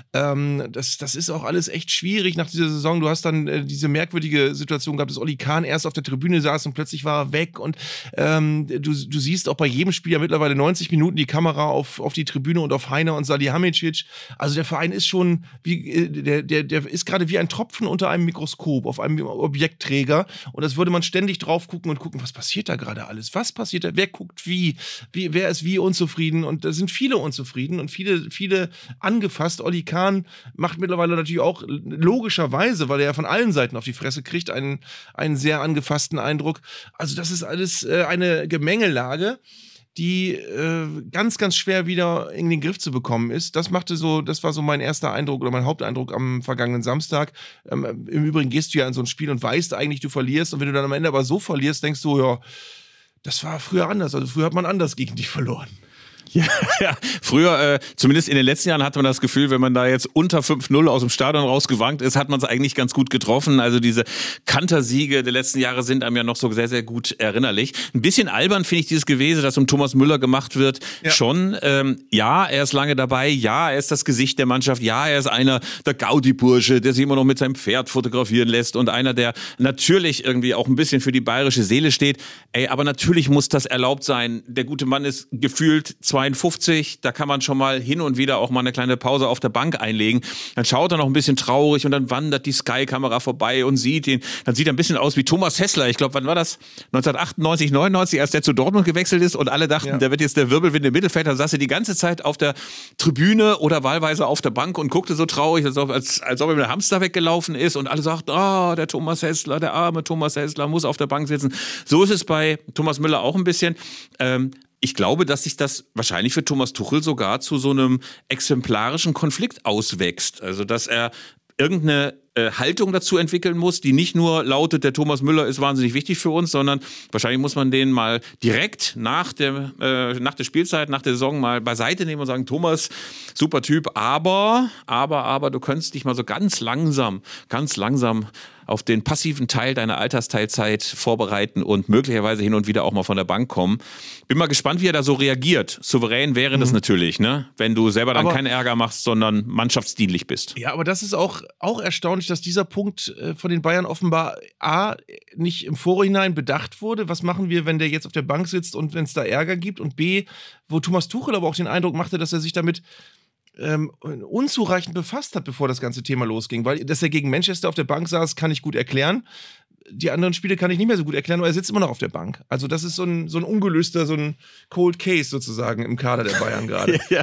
Das ist auch alles echt schwierig nach dieser Saison. Du hast dann diese merkwürdige Situation gehabt, dass Oli Kahn erst auf der Tribüne saß und plötzlich war er weg. Und du siehst auch bei jedem Spiel ja mittlerweile 90 Minuten die Kamera auf die Tribüne und auf Heiner und Salihamidzic. Also der Verein ist schon wie der ist gerade wie ein Tropfen unter einem Mikroskop auf einem Objektträger und das würde man ständig drauf gucken und gucken, was passiert da gerade alles? Was passiert da? Wer guckt wie? Wer ist wie unzufrieden? Und da sind viele unzufrieden und viele angefasst. Oli Kahn macht mittlerweile natürlich auch logischerweise, weil er ja von allen Seiten auf die Fresse kriegt, einen sehr angefassten Eindruck. Also das ist alles eine Gemengelage, die ganz, ganz schwer wieder in den Griff zu bekommen ist. Das war so mein erster Eindruck oder mein Haupteindruck am vergangenen Samstag. Im Übrigen gehst du ja in so ein Spiel und weißt eigentlich, du verlierst. Und wenn du dann am Ende aber so verlierst, denkst du, ja, das war früher anders. Also früher hat man anders gegen dich verloren. Ja, früher, zumindest in den letzten Jahren, hatte man das Gefühl, wenn man da jetzt unter 5-0 aus dem Stadion rausgewankt ist, hat man es eigentlich ganz gut getroffen. Also diese Kantersiege der letzten Jahre sind einem ja noch so sehr, sehr gut erinnerlich. Ein bisschen albern finde ich dieses Gewese, das um Thomas Müller gemacht wird, schon. Ja, er ist lange dabei. Ja, er ist das Gesicht der Mannschaft. Ja, er ist einer der Gaudi-Bursche, der sich immer noch mit seinem Pferd fotografieren lässt und einer, der natürlich irgendwie auch ein bisschen für die bayerische Seele steht. Aber natürlich muss das erlaubt sein. Der gute Mann ist gefühlt 52, da kann man schon mal hin und wieder auch mal eine kleine Pause auf der Bank einlegen. Dann schaut er noch ein bisschen traurig und dann wandert die Sky-Kamera vorbei und sieht ihn. Dann sieht er ein bisschen aus wie Thomas Hässler. Ich glaube, wann war das? 1998, 99, als der zu Dortmund gewechselt ist und alle dachten, der wird jetzt der Wirbelwind im Mittelfeld. Dann saß er die ganze Zeit auf der Tribüne oder wahlweise auf der Bank und guckte so traurig, als ob ihm der Hamster weggelaufen ist und alle sagten, der Thomas Hässler, der arme Thomas Hässler muss auf der Bank sitzen. So ist es bei Thomas Müller auch ein bisschen. Ich glaube, dass sich das wahrscheinlich für Thomas Tuchel sogar zu so einem exemplarischen Konflikt auswächst. Also, dass er irgendeine Haltung dazu entwickeln muss, die nicht nur lautet, der Thomas Müller ist wahnsinnig wichtig für uns, sondern wahrscheinlich muss man den mal direkt nach der Spielzeit, nach der Saison mal beiseite nehmen und sagen, Thomas, super Typ, aber du könntest dich mal so ganz langsam auf den passiven Teil deiner Altersteilzeit vorbereiten und möglicherweise hin und wieder auch mal von der Bank kommen. Bin mal gespannt, wie er da so reagiert. Souverän wäre das natürlich, ne? Wenn du selber dann keinen Ärger machst, sondern mannschaftsdienlich bist. Ja, aber das ist auch erstaunlich, dass dieser Punkt von den Bayern offenbar A, nicht im Vorhinein bedacht wurde. Was machen wir, wenn der jetzt auf der Bank sitzt und wenn es da Ärger gibt? Und B, wo Thomas Tuchel aber auch den Eindruck machte, dass er sich damit unzureichend befasst hat, bevor das ganze Thema losging. Weil, dass er gegen Manchester auf der Bank saß, kann ich gut erklären. Die anderen Spiele kann ich nicht mehr so gut erklären, aber er sitzt immer noch auf der Bank. Also das ist so ein ungelöster, so ein Cold Case sozusagen im Kader der Bayern gerade. Ja,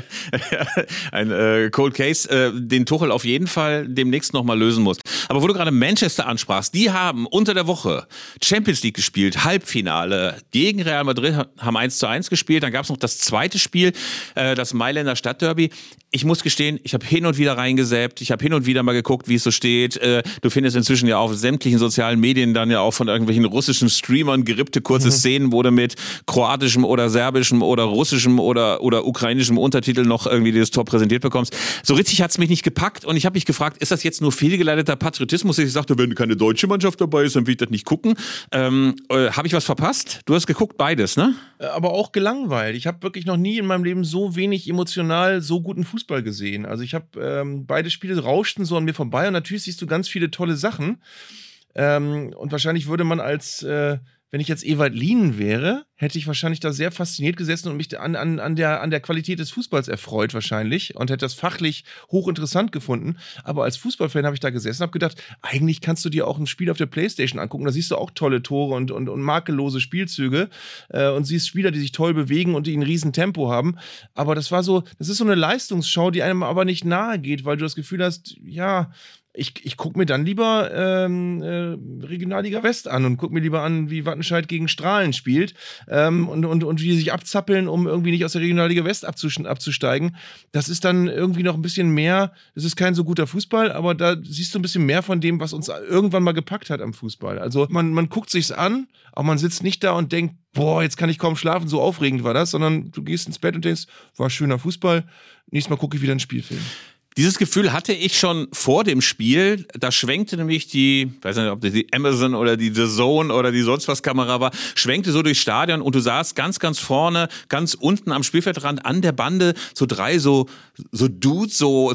ein Cold Case, den Tuchel auf jeden Fall demnächst nochmal lösen muss. Aber wo du gerade Manchester ansprachst, die haben unter der Woche Champions League gespielt, Halbfinale gegen Real Madrid, haben 1:1 gespielt. Dann gab es noch das zweite Spiel, das Mailänder Stadtderby. Ich muss gestehen, ich habe hin und wieder reingesäppt, ich habe hin und wieder mal geguckt, wie es so steht. Du findest inzwischen ja auf sämtlichen sozialen Medien dann ja auch von irgendwelchen russischen Streamern gerippte kurze Szenen, wo du mit kroatischem oder serbischem oder russischem oder ukrainischem Untertitel noch irgendwie dieses Tor präsentiert bekommst. So richtig hat's mich nicht gepackt und ich habe mich gefragt, ist das jetzt nur fehlgeleiteter Patriotismus? Ich sagte, wenn keine deutsche Mannschaft dabei ist, dann will ich das nicht gucken. Habe ich was verpasst? Du hast geguckt beides, ne? Aber auch gelangweilt. Ich habe wirklich noch nie in meinem Leben so wenig emotional so guten Fußball gesehen. Also ich habe beide Spiele rauschten so an mir vorbei und natürlich siehst du ganz viele tolle Sachen. Und wahrscheinlich würde man wenn ich jetzt Ewald Lien wäre, hätte ich wahrscheinlich da sehr fasziniert gesessen und mich an der Qualität des Fußballs erfreut wahrscheinlich und hätte das fachlich hochinteressant gefunden. Aber als Fußballfan habe ich da gesessen und habe gedacht, eigentlich kannst du dir auch ein Spiel auf der Playstation angucken. Da siehst du auch tolle Tore und makellose Spielzüge und siehst Spieler, die sich toll bewegen und die ein riesen Tempo haben. Aber das ist so eine Leistungsschau, die einem aber nicht nahe geht, weil du das Gefühl hast, ja, ich gucke mir dann lieber Regionalliga West an und gucke mir lieber an, wie Wattenscheid gegen Strahlen spielt und wie die sich abzappeln, um irgendwie nicht aus der Regionalliga West abzusteigen. Das ist dann irgendwie noch ein bisschen mehr, das ist kein so guter Fußball, aber da siehst du ein bisschen mehr von dem, was uns irgendwann mal gepackt hat am Fußball. Also man guckt sich's an, aber man sitzt nicht da und denkt, boah, jetzt kann ich kaum schlafen, so aufregend war das, sondern du gehst ins Bett und denkst, war schöner Fußball, nächstes Mal gucke ich wieder einen Spielfilm. Dieses Gefühl hatte ich schon vor dem Spiel. Da schwenkte nämlich weiß nicht, ob das die Amazon oder die The Zone oder die sonst was Kamera war, schwenkte so durchs Stadion und du sahst ganz, ganz vorne, ganz unten am Spielfeldrand an der Bande so drei so Dudes, so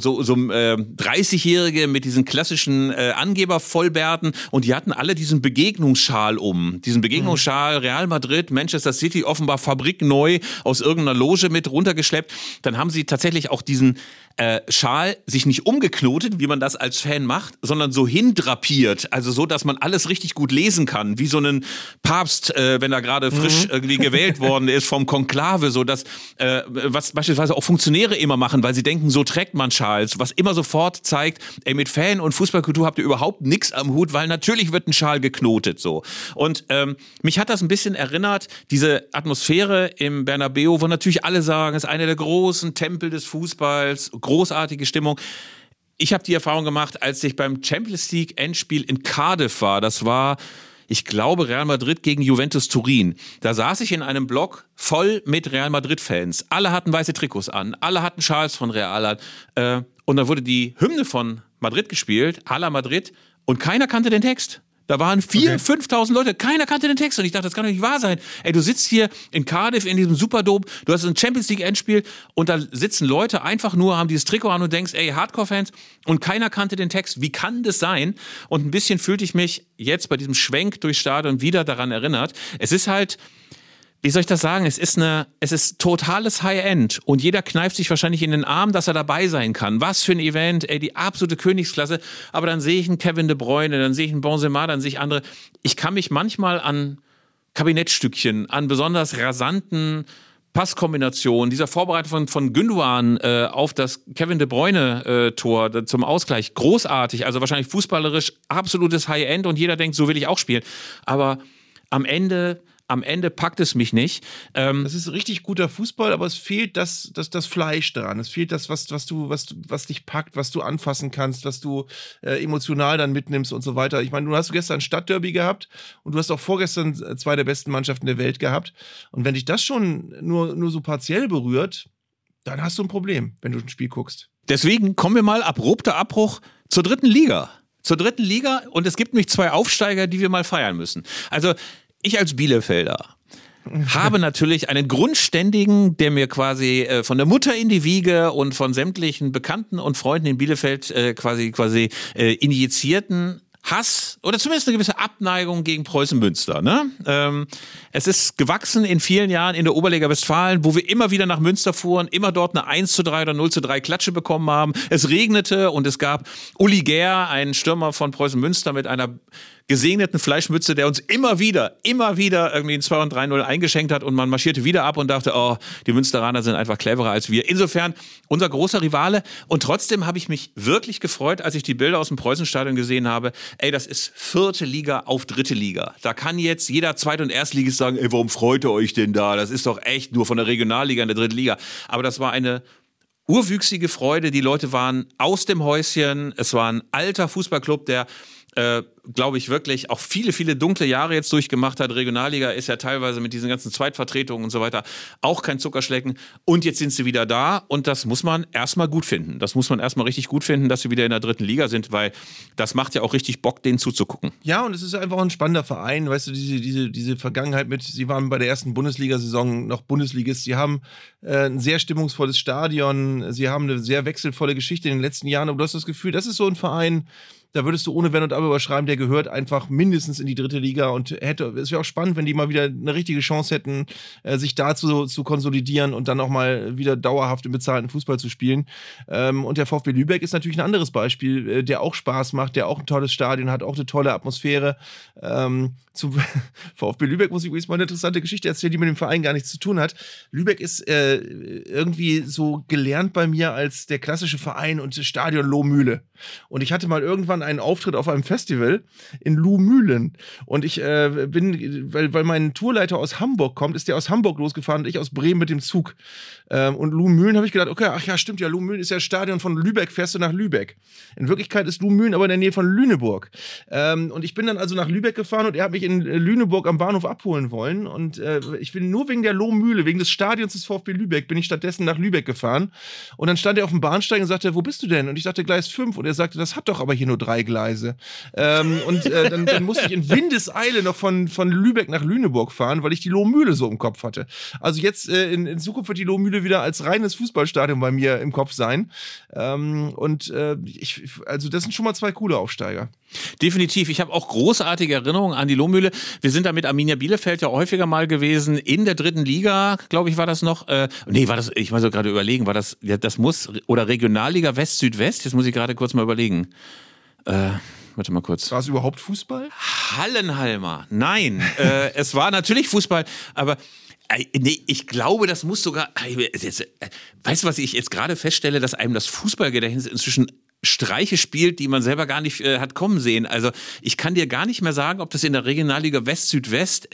30-Jährige mit diesen klassischen Angebervollbärten und die hatten alle diesen Begegnungsschal um. Diesen Begegnungsschal Real Madrid, Manchester City, offenbar fabrikneu aus irgendeiner Loge mit runtergeschleppt. Dann haben sie tatsächlich auch diesen Schal sich nicht umgeknotet, wie man das als Fan macht, sondern so hindrapiert, also so, dass man alles richtig gut lesen kann, wie so einen Papst, wenn er gerade frisch irgendwie gewählt worden ist vom Konklave, so dass was beispielsweise auch Funktionäre immer machen, weil sie denken, so trägt man Schals, was immer sofort zeigt, mit Fan- und Fußballkultur habt ihr überhaupt nichts am Hut, weil natürlich wird ein Schal geknotet, so. Und mich hat das ein bisschen erinnert, diese Atmosphäre im Bernabeu, wo natürlich alle sagen, es ist einer der großen Tempel des Fußballs, großartige Stimmung. Ich habe die Erfahrung gemacht, als ich beim Champions League Endspiel in Cardiff war. Das war ich glaube Real Madrid gegen Juventus Turin. Da saß ich in einem Block voll mit Real Madrid-Fans. Alle hatten weiße Trikots an, alle hatten Schals von Real an. Und da wurde die Hymne von Madrid gespielt, à la Madrid, und keiner kannte den Text. Da waren 4.000, 5.000 Leute, keiner kannte den Text und ich dachte, das kann doch nicht wahr sein. Ey, du sitzt hier in Cardiff in diesem Superdome, du hast ein Champions-League-Endspiel und da sitzen Leute einfach nur, haben dieses Trikot an und denkst, ey, Hardcore-Fans, und keiner kannte den Text. Wie kann das sein? Und ein bisschen fühlte ich mich jetzt bei diesem Schwenk durchs Stadion wieder daran erinnert. Es ist halt, wie soll ich das sagen? Es ist totales High-End und jeder kneift sich wahrscheinlich in den Arm, dass er dabei sein kann. Was für ein Event, ey, die absolute Königsklasse. Aber dann sehe ich einen Kevin De Bruyne, dann sehe ich einen Benzema, dann sehe ich andere. Ich kann mich manchmal an Kabinettstückchen, an besonders rasanten Passkombinationen, dieser Vorbereitung von Gündoğan auf das Kevin De Bruyne Tor zum Ausgleich, großartig. Also wahrscheinlich fußballerisch absolutes High-End und jeder denkt, so will ich auch spielen. Aber am Ende packt es mich nicht. Das ist richtig guter Fußball, aber es fehlt das Fleisch dran. Es fehlt das, was dich packt, was du anfassen kannst, was du emotional dann mitnimmst und so weiter. Ich meine, du hast gestern ein Stadtderby gehabt und du hast auch vorgestern zwei der besten Mannschaften der Welt gehabt. Und wenn dich das schon nur so partiell berührt, dann hast du ein Problem, wenn du ein Spiel guckst. Deswegen kommen wir mal, abrupter Abbruch, zur dritten Liga. Und es gibt nämlich 2 Aufsteiger, die wir mal feiern müssen. Also ich als Bielefelder habe natürlich einen Grundständigen, der mir quasi von der Mutter in die Wiege und von sämtlichen Bekannten und Freunden in Bielefeld quasi injizierten Hass oder zumindest eine gewisse Abneigung gegen Preußen Münster. Ne? Es ist gewachsen in vielen Jahren in der Oberliga Westfalen, wo wir immer wieder nach Münster fuhren, immer dort eine 1:3 oder 0:3 Klatsche bekommen haben. Es regnete und es gab Uli Gehr, einen Stürmer von Preußen Münster mit einer gesegneten Fleischmütze, der uns immer wieder irgendwie ein 2 und 3-0 eingeschenkt hat und man marschierte wieder ab und dachte, oh, die Münsteraner sind einfach cleverer als wir. Insofern unser großer Rivale und trotzdem habe ich mich wirklich gefreut, als ich die Bilder aus dem Preußenstadion gesehen habe. Ey, das ist 4. Liga auf 3. Liga. Da kann jetzt jeder Zweit- und Erstligist sagen, ey, warum freut ihr euch denn da? Das ist doch echt nur von der Regionalliga in der 3. Liga. Aber das war eine urwüchsige Freude. Die Leute waren aus dem Häuschen. Es war ein alter Fußballclub, der glaube ich, wirklich auch viele, viele dunkle Jahre jetzt durchgemacht hat. Regionalliga ist ja teilweise mit diesen ganzen Zweitvertretungen und so weiter auch kein Zuckerschlecken. Und jetzt sind sie wieder da und das muss man erstmal gut finden. Das muss man erstmal richtig gut finden, dass sie wieder in der 3. Liga sind, weil das macht ja auch richtig Bock, denen zuzugucken. Ja, und es ist einfach ein spannender Verein, weißt du, diese Vergangenheit mit, sie waren bei der ersten Bundesliga-Saison noch Bundesligist, sie haben ein sehr stimmungsvolles Stadion, sie haben eine sehr wechselvolle Geschichte in den letzten Jahren, aber du hast das Gefühl, das ist so ein Verein, da würdest du ohne Wenn und Aber überschreiben, der gehört einfach mindestens in die 3. Liga und es wäre auch spannend, wenn die mal wieder eine richtige Chance hätten, sich dazu zu konsolidieren und dann auch mal wieder dauerhaft im bezahlten Fußball zu spielen. Und der VfB Lübeck ist natürlich ein anderes Beispiel, der auch Spaß macht, der auch ein tolles Stadion hat, auch eine tolle Atmosphäre. Zu VfB Lübeck muss ich übrigens mal eine interessante Geschichte erzählen, die mit dem Verein gar nichts zu tun hat. Lübeck ist irgendwie so gelernt bei mir als der klassische Verein und Stadion Lohmühle. Und ich hatte mal irgendwann einen Auftritt auf einem Festival in Lohmühlen. Und ich bin, weil mein Tourleiter aus Hamburg kommt, ist der aus Hamburg losgefahren und ich aus Bremen mit dem Zug. Und Lohmühlen habe ich gedacht, okay, ach ja, stimmt ja, Lohmühlen ist ja das Stadion von Lübeck, fährst du nach Lübeck. In Wirklichkeit ist Lohmühlen aber in der Nähe von Lüneburg. Und ich bin dann also nach Lübeck gefahren und er hat mich in Lüneburg am Bahnhof abholen wollen. Und ich bin nur wegen der Lohmühle, wegen des Stadions des VfB Lübeck, bin ich stattdessen nach Lübeck gefahren. Und dann stand er auf dem Bahnsteig und sagte, wo bist du denn? Und ich sagte, Gleis 5. Und er sagte, das hat doch aber hier nur 3 Gleise. Dann musste ich in Windeseile noch von Lübeck nach Lüneburg fahren, weil ich die Lohmühle so im Kopf hatte. Also jetzt in Zukunft wird die Lohmühle wieder als reines Fußballstadion bei mir im Kopf sein. Also das sind schon mal 2 coole Aufsteiger. Definitiv. Ich habe auch großartige Erinnerungen an die Lohmühle. Wir sind da mit Arminia Bielefeld ja häufiger mal gewesen. In der 3. Liga, glaube ich, war das noch. Ich muss so gerade überlegen, war das, ja, das muss, oder Regionalliga West-Südwest? Jetzt muss ich gerade kurz mal überlegen. Warte mal kurz. War es überhaupt Fußball? Hallenhalmer. Nein, es war natürlich Fußball, aber nee, ich glaube, das muss sogar. Weißt du, was ich jetzt gerade feststelle, dass einem das Fußballgedächtnis inzwischen Streiche spielt, die man selber gar nicht hat kommen sehen. Also ich kann dir gar nicht mehr sagen, ob das in der Regionalliga West-Südwest,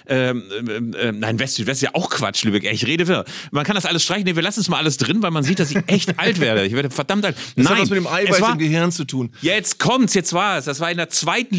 nein, West-Südwest ist ja auch Quatsch, Lübeck, ich rede wirr. Man kann das alles streichen, nee, wir lassen es mal alles drin, weil man sieht, dass ich echt alt werde. Ich werde verdammt alt. Das hat was mit dem Eiweiß im Gehirn zu tun. Jetzt war es. Das war in der zweiten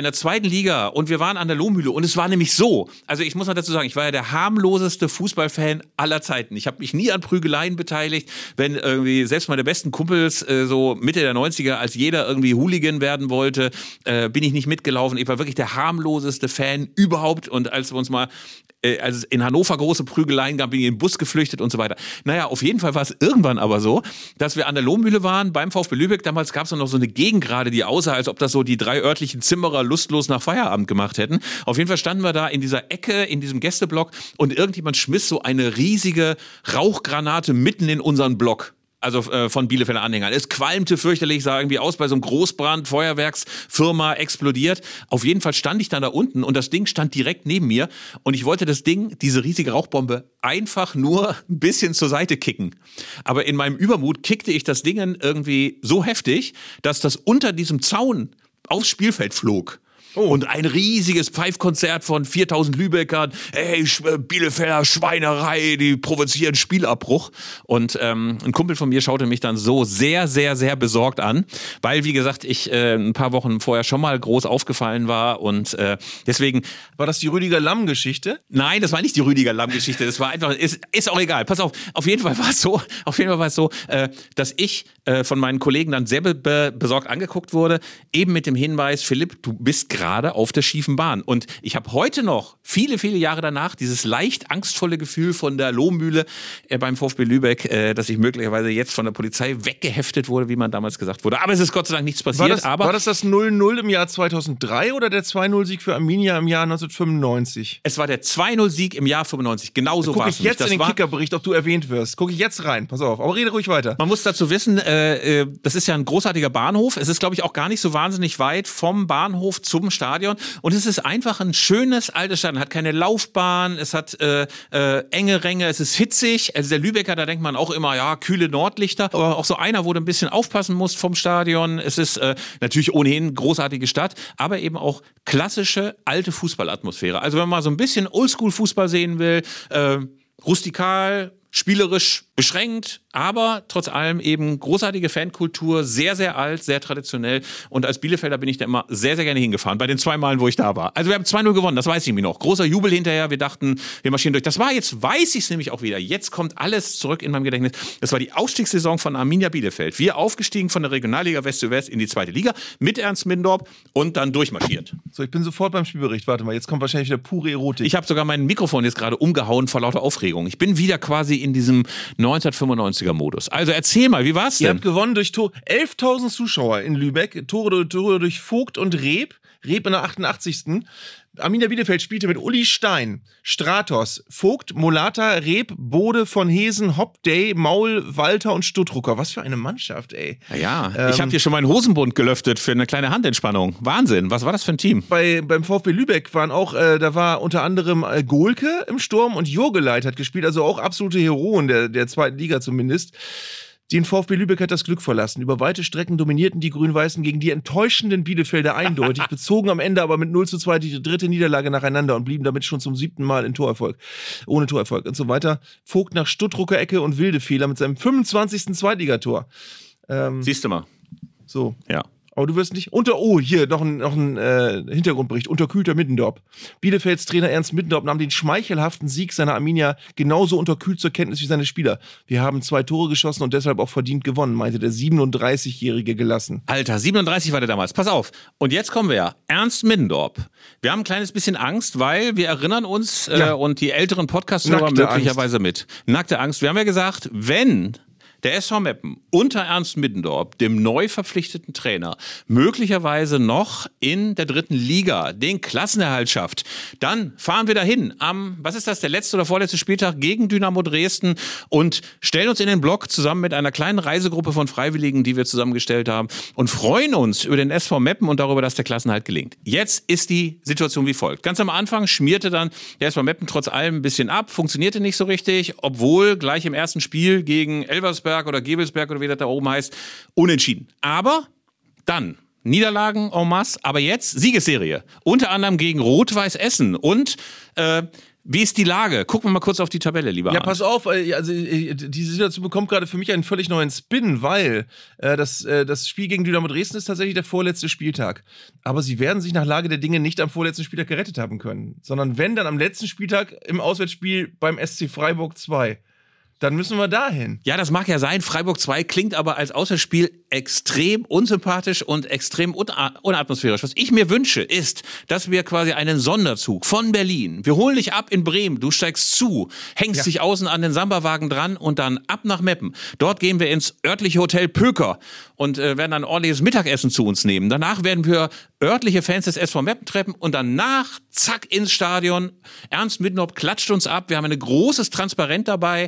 Liga und wir waren an der Lohmühle und es war nämlich so, also ich muss mal dazu sagen, ich war ja der harmloseste Fußballfan aller Zeiten. Ich habe mich nie an Prügeleien beteiligt, wenn irgendwie selbst meine besten Kumpels so Mitte der 90er, als jeder irgendwie Hooligan werden wollte, bin ich nicht mitgelaufen. Ich war wirklich der harmloseste Fan überhaupt. Und als wir uns mal, als es in Hannover große Prügeleien gab, bin ich in den Bus geflüchtet und so weiter. Naja, auf jeden Fall war es irgendwann aber so, dass wir an der Lohmühle waren beim VfB Lübeck. Damals gab es noch so eine Gegengrade, die aussah, als ob das so die 3 örtlichen Zimmerer lustlos nach Feierabend gemacht hätten. Auf jeden Fall standen wir da in dieser Ecke, in diesem Gästeblock und irgendjemand schmiss so eine riesige Rauchgranate mitten in unseren Block. Also von Bielefelder Anhängern. Es qualmte fürchterlich, sah irgendwie aus bei so einem Großbrand, Feuerwerksfirma explodiert. Auf jeden Fall stand ich dann da unten und das Ding stand direkt neben mir und ich wollte das Ding, diese riesige Rauchbombe, einfach nur ein bisschen zur Seite kicken. Aber in meinem Übermut kickte ich das Ding irgendwie so heftig, dass das unter diesem Zaun aufs Spielfeld flog. Oh. Und ein riesiges Pfeifkonzert von 4000 Lübeckern. Ey, Bielefelder Schweinerei, die provozieren Spielabbruch. Und ein Kumpel von mir schaute mich dann so sehr, sehr, sehr besorgt an, weil, wie gesagt, ich ein paar Wochen vorher schon mal groß aufgefallen war und deswegen... War das die Rüdiger Lamm-Geschichte? Nein, das war nicht die Rüdiger Lamm-Geschichte. Das war einfach, ist auch egal. Pass auf jeden Fall war es so, dass ich von meinen Kollegen dann sehr besorgt angeguckt wurde, eben mit dem Hinweis, Philipp, du bist gerade auf der schiefen Bahn. Und ich habe heute noch, viele, viele Jahre danach, dieses leicht angstvolle Gefühl von der Lohmühle beim VfB Lübeck, dass ich möglicherweise jetzt von der Polizei weggeheftet wurde, wie man damals gesagt wurde. Aber es ist Gott sei Dank nichts passiert. War das 0-0 im Jahr 2003 oder der 2-0-Sieg für Arminia im Jahr 1995? Es war der 2-0-Sieg im Jahr 95. Genauso war es. Guck ich jetzt in den Kickerbericht, ob du erwähnt wirst. Gucke ich jetzt rein. Pass auf. Aber rede ruhig weiter. Man muss dazu wissen, das ist ja ein großartiger Bahnhof. Es ist, glaube ich, auch gar nicht so wahnsinnig weit vom Bahnhof zum Stadion. Und es ist einfach ein schönes altes Stadion. Hat keine Laufbahn, es hat enge Ränge, es ist hitzig. Also der Lübecker, da denkt man auch immer, ja, kühle Nordlichter. Aber auch so einer, wo du ein bisschen aufpassen musst vom Stadion. Es ist natürlich ohnehin eine großartige Stadt, aber eben auch klassische alte Fußballatmosphäre. Also wenn man mal so ein bisschen Oldschool-Fußball sehen will, rustikal, spielerisch beschränkt, aber trotz allem eben großartige Fankultur, sehr, sehr alt, sehr traditionell. Und als Bielefelder bin ich da immer sehr, sehr gerne hingefahren, bei den 2 Malen, wo ich da war. Also wir haben 2-0 gewonnen, das weiß ich mir noch. Großer Jubel hinterher, wir dachten, wir marschieren durch. Das war, jetzt weiß ich es nämlich auch wieder, jetzt kommt alles zurück in meinem Gedächtnis. Das war die Ausstiegssaison von Arminia Bielefeld. Wir aufgestiegen von der Regionalliga West zu West in die 2. Liga mit Ernst Middendorp und dann durchmarschiert. So, ich bin sofort beim Spielbericht. Warte mal, jetzt kommt wahrscheinlich wieder pure Erotik. Ich habe sogar mein Mikrofon jetzt gerade umgehauen vor lauter Aufregung. Ich bin wieder quasi in diesem 1995er-Modus. Also erzähl mal, wie war's denn? Ihr habt gewonnen durch 11.000 Zuschauer in Lübeck. Tore durch Vogt und Reb. Reb in der 88. Arminia Bielefeld spielte mit Uli Stein, Stratos, Vogt, Molata, Reb, Bode, von Hesen, Hopday, Maul, Walter und Stuttrucker. Was für eine Mannschaft, ey. Ja, ich habe hier schon meinen Hosenbund gelüftet für eine kleine Handentspannung. Wahnsinn, was war das für ein Team? Beim VfB Lübeck waren auch, da war unter anderem Golke im Sturm und Jurgeleit hat gespielt, also auch absolute Heroen der 2. Liga zumindest. Den VfB Lübeck hat das Glück verlassen. Über weite Strecken dominierten die Grün-Weißen gegen die enttäuschenden Bielefelder eindeutig, bezogen am Ende aber mit 0:2 die 3. Niederlage nacheinander und blieben damit schon zum 7. Mal in Torerfolg. Ohne Torerfolg und so weiter. Vogt nach Stuttrucker Ecke und wilde Fehler mit seinem 25. Zweitligator. Siehst du mal. So. Ja. Aber du wirst nicht hier noch ein Hintergrundbericht. Unterkühlter Middendorp. Bielefelds Trainer Ernst Middendorp nahm den schmeichelhaften Sieg seiner Arminia genauso unterkühlt zur Kenntnis wie seine Spieler. Wir haben 2 Tore geschossen und deshalb auch verdient gewonnen, meinte der 37-Jährige gelassen. Alter, 37 war der damals. Pass auf. Und jetzt kommen wir ja. Ernst Middendorp. Wir haben ein kleines bisschen Angst, weil wir erinnern uns und die älteren Podcast-Hörer möglicherweise mit. Nackte Angst. Wir haben ja gesagt, wenn der SV Meppen unter Ernst Middendorp, dem neu verpflichteten Trainer, möglicherweise noch in der 3. Liga den Klassenerhalt schafft, dann fahren wir dahin am, was ist das, der letzte oder vorletzte Spieltag gegen Dynamo Dresden und stellen uns in den Block zusammen mit einer kleinen Reisegruppe von Freiwilligen, die wir zusammengestellt haben und freuen uns über den SV Meppen und darüber, dass der Klassenerhalt gelingt. Jetzt ist die Situation wie folgt. Ganz am Anfang schmierte dann der SV Meppen trotz allem ein bisschen ab, funktionierte nicht so richtig, obwohl gleich im ersten Spiel gegen Elversberg Gebelsberg oder Gebelsberg oder wie das da oben heißt, unentschieden. Aber dann Niederlagen en masse, aber jetzt Siegesserie. Unter anderem gegen Rot-Weiß Essen. Und wie ist die Lage? Gucken wir mal kurz auf die Tabelle, lieber Arndt. Ja, pass auf, also diese Situation bekommt gerade für mich einen völlig neuen Spin, weil das Spiel gegen Dynamo Dresden ist tatsächlich der vorletzte Spieltag. Aber sie werden sich nach Lage der Dinge nicht am vorletzten Spieltag gerettet haben können, sondern wenn, dann am letzten Spieltag im Auswärtsspiel beim SC Freiburg 2. Dann müssen wir dahin. Ja, das mag ja sein. Freiburg 2 klingt aber als Auswärtsspiel extrem unsympathisch und extrem unatmosphärisch. Was ich mir wünsche, ist, dass wir quasi einen Sonderzug von Berlin, wir holen dich ab in Bremen, du steigst zu, hängst dich außen an den Samba-Wagen dran und dann ab nach Meppen. Dort gehen wir ins örtliche Hotel Pöker und werden dann ordentliches Mittagessen zu uns nehmen. Danach werden wir örtliche Fans des SV Meppen treffen und danach zack ins Stadion. Ernst Middendorf klatscht uns ab. Wir haben ein großes Transparent dabei.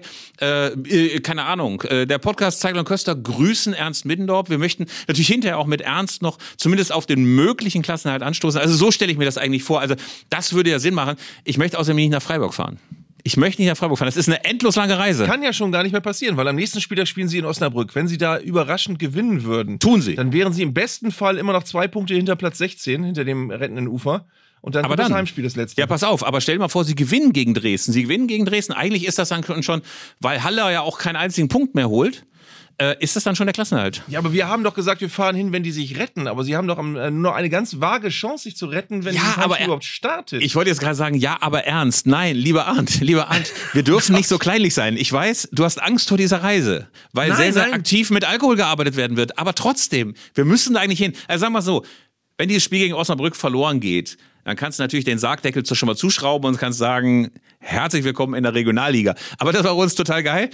Keine Ahnung. Der Podcast Zeigler und Köster grüßen Ernst Middendorf. Wir möchten natürlich hinterher auch mit Ernst noch zumindest auf den möglichen Klassenerhalt anstoßen. Also so stelle ich mir das eigentlich vor. Also das würde ja Sinn machen. Ich möchte außerdem nicht nach Freiburg fahren. Ich möchte nicht nach Freiburg fahren. Das ist eine endlos lange Reise. Kann ja schon gar nicht mehr passieren, weil am nächsten Spieltag spielen sie in Osnabrück. Wenn sie da überraschend gewinnen würden, tun sie. Dann wären sie im besten Fall immer noch 2 Punkte hinter Platz 16, hinter dem rettenden Ufer. Und dann wird das Heimspiel das letzte. Ja, pass auf, aber stell dir mal vor, sie gewinnen gegen Dresden. Sie gewinnen gegen Dresden. Eigentlich ist das dann schon, weil Halle ja auch keinen einzigen Punkt mehr holt, ist das dann schon der Klassenerhalt. Ja, aber wir haben doch gesagt, wir fahren hin, wenn die sich retten. Aber sie haben doch nur noch eine ganz vage Chance, sich zu retten, wenn dieses Heimspiel überhaupt startet. Ich wollte jetzt gerade sagen, ja, aber ernst. Nein, lieber Arndt, wir dürfen nicht so kleinlich sein. Ich weiß, du hast Angst vor dieser Reise, weil sehr aktiv mit Alkohol gearbeitet werden wird. Aber trotzdem, wir müssen da eigentlich hin. Also sagen wir so, wenn dieses Spiel gegen Osnabrück verloren geht, dann kannst du natürlich den Sargdeckel schon mal zuschrauben und kannst sagen, herzlich willkommen in der Regionalliga. Aber das war uns total geil.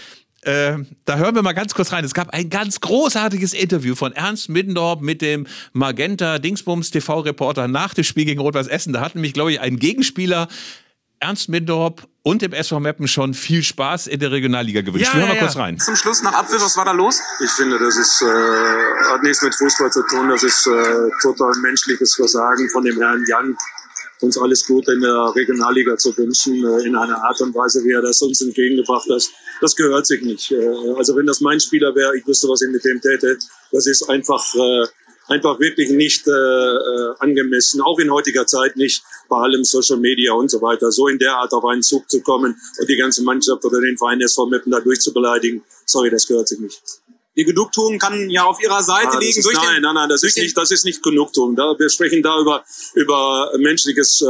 Da hören wir mal ganz kurz rein. Es gab ein ganz großartiges Interview von Ernst Middendorf mit dem Magenta Dingsbums TV-Reporter nach dem Spiel gegen Rot-Weiß Essen. Da hat nämlich, glaube ich, ein Gegenspieler Ernst Middendorf und dem SV Meppen schon viel Spaß in der Regionalliga gewünscht. Wir hören mal kurz rein. Zum Schluss nach Abpfiff, was war da los? Ich finde, das ist, hat nichts mit Fußball zu tun. Das ist total menschliches Versagen von dem Herrn Jan, uns alles Gute in der Regionalliga zu wünschen, in einer Art und Weise, wie er das uns entgegengebracht hat. Das gehört sich nicht. Also wenn das mein Spieler wäre, ich wüsste, was ich mit dem täte. Das ist einfach wirklich nicht angemessen, auch in heutiger Zeit nicht, bei allem Social Media und so weiter, so in der Art auf einen Zug zu kommen und die ganze Mannschaft oder den Verein SV Meppen da durchzubeleidigen. Sorry, das gehört sich nicht. Die Genugtuung kann ja auf ihrer Seite liegen. Nein, das ist nicht Genugtuung. Wir sprechen da über menschliches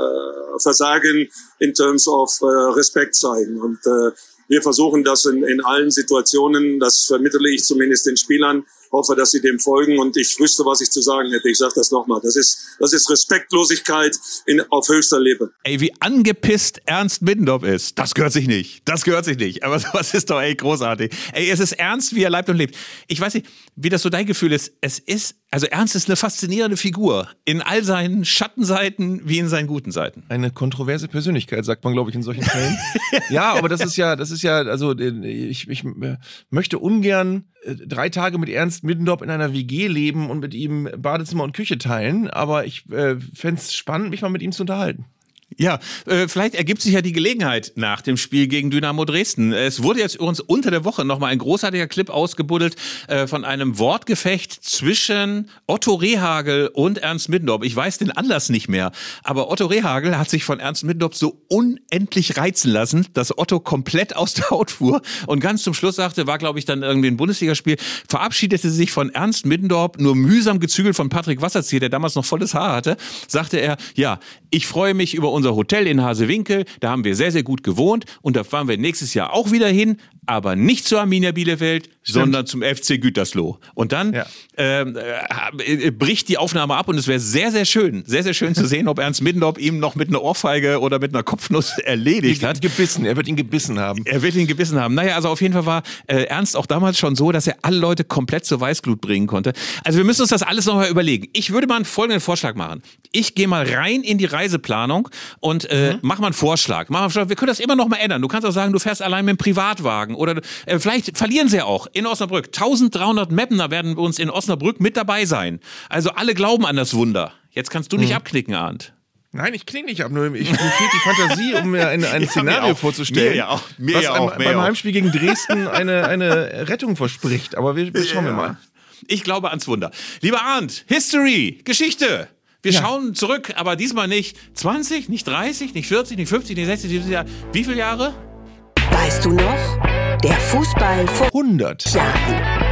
Versagen in terms of Respekt zeigen. Und wir versuchen das in allen Situationen, das vermittle ich zumindest den Spielern, hoffe, dass sie dem folgen und ich wüsste, was ich zu sagen hätte. Ich sage das nochmal. Das ist Respektlosigkeit auf höchster Lippe. Ey, wie angepisst Ernst Middendorf ist. Das gehört sich nicht. Aber sowas ist doch großartig. Ey, es ist ernst, wie er leibt und lebt. Ich weiß nicht, wie das so dein Gefühl ist. Also Ernst ist eine faszinierende Figur. In all seinen Schattenseiten wie in seinen guten Seiten. Eine kontroverse Persönlichkeit, sagt man, glaube ich, in solchen Fällen. Ja, aber das ist ja, also ich möchte ungern 3 Tage mit Ernst Middendorf in einer WG leben und mit ihm Badezimmer und Küche teilen, aber ich fände es spannend, mich mal mit ihm zu unterhalten. Ja, vielleicht ergibt sich ja die Gelegenheit nach dem Spiel gegen Dynamo Dresden. Es wurde jetzt übrigens unter der Woche nochmal ein großartiger Clip ausgebuddelt von einem Wortgefecht zwischen Otto Rehhagel und Ernst Middendorf. Ich weiß den Anlass nicht mehr, aber Otto Rehhagel hat sich von Ernst Middendorf so unendlich reizen lassen, dass Otto komplett aus der Haut fuhr und ganz zum Schluss sagte, war glaube ich dann irgendwie ein Bundesligaspiel, verabschiedete sich von Ernst Middendorf, nur mühsam gezügelt von Patrick Wasserzieher, der damals noch volles Haar hatte, sagte er, ja, ich freue mich über unser Hotel in Hasewinkel, da haben wir sehr, sehr gut gewohnt und da fahren wir nächstes Jahr auch wieder hin, aber nicht zur Arminia Bielefeld, sondern zum FC Gütersloh. Und dann bricht die Aufnahme ab und es wäre sehr, sehr schön zu sehen, ob Ernst Middendorf ihm noch mit einer Ohrfeige oder mit einer Kopfnuss erledigt hat. Er wird ihn gebissen haben. Naja, also auf jeden Fall war Ernst auch damals schon so, dass er alle Leute komplett zur Weißglut bringen konnte. Also wir müssen uns das alles nochmal überlegen. Ich würde mal einen folgenden Vorschlag machen. Ich gehe mal rein in die Reiseplanung und mach mal einen Vorschlag. Wir können das immer noch mal ändern. Du kannst auch sagen, du fährst allein mit dem Privatwagen oder vielleicht verlieren sie ja auch in Osnabrück. 1300 Meppener werden bei uns in Osnabrück mit dabei sein. Also alle glauben an das Wunder. Jetzt kannst du nicht abknicken, Arndt. Nein, ich klinge nicht ab, nur mir fehlt die Fantasie, um mir ein Szenario vorzustellen, was beim Heimspiel gegen Dresden eine Rettung verspricht. Aber wir schauen wir mal. Ich glaube ans Wunder. Lieber Arndt, History, Geschichte. Wir schauen zurück, aber diesmal nicht 20, nicht 30, nicht 40, nicht 50, nicht 60, 70 Jahre. Wie viele Jahre? Weißt du noch? Der Fußball vor 100 Jahren.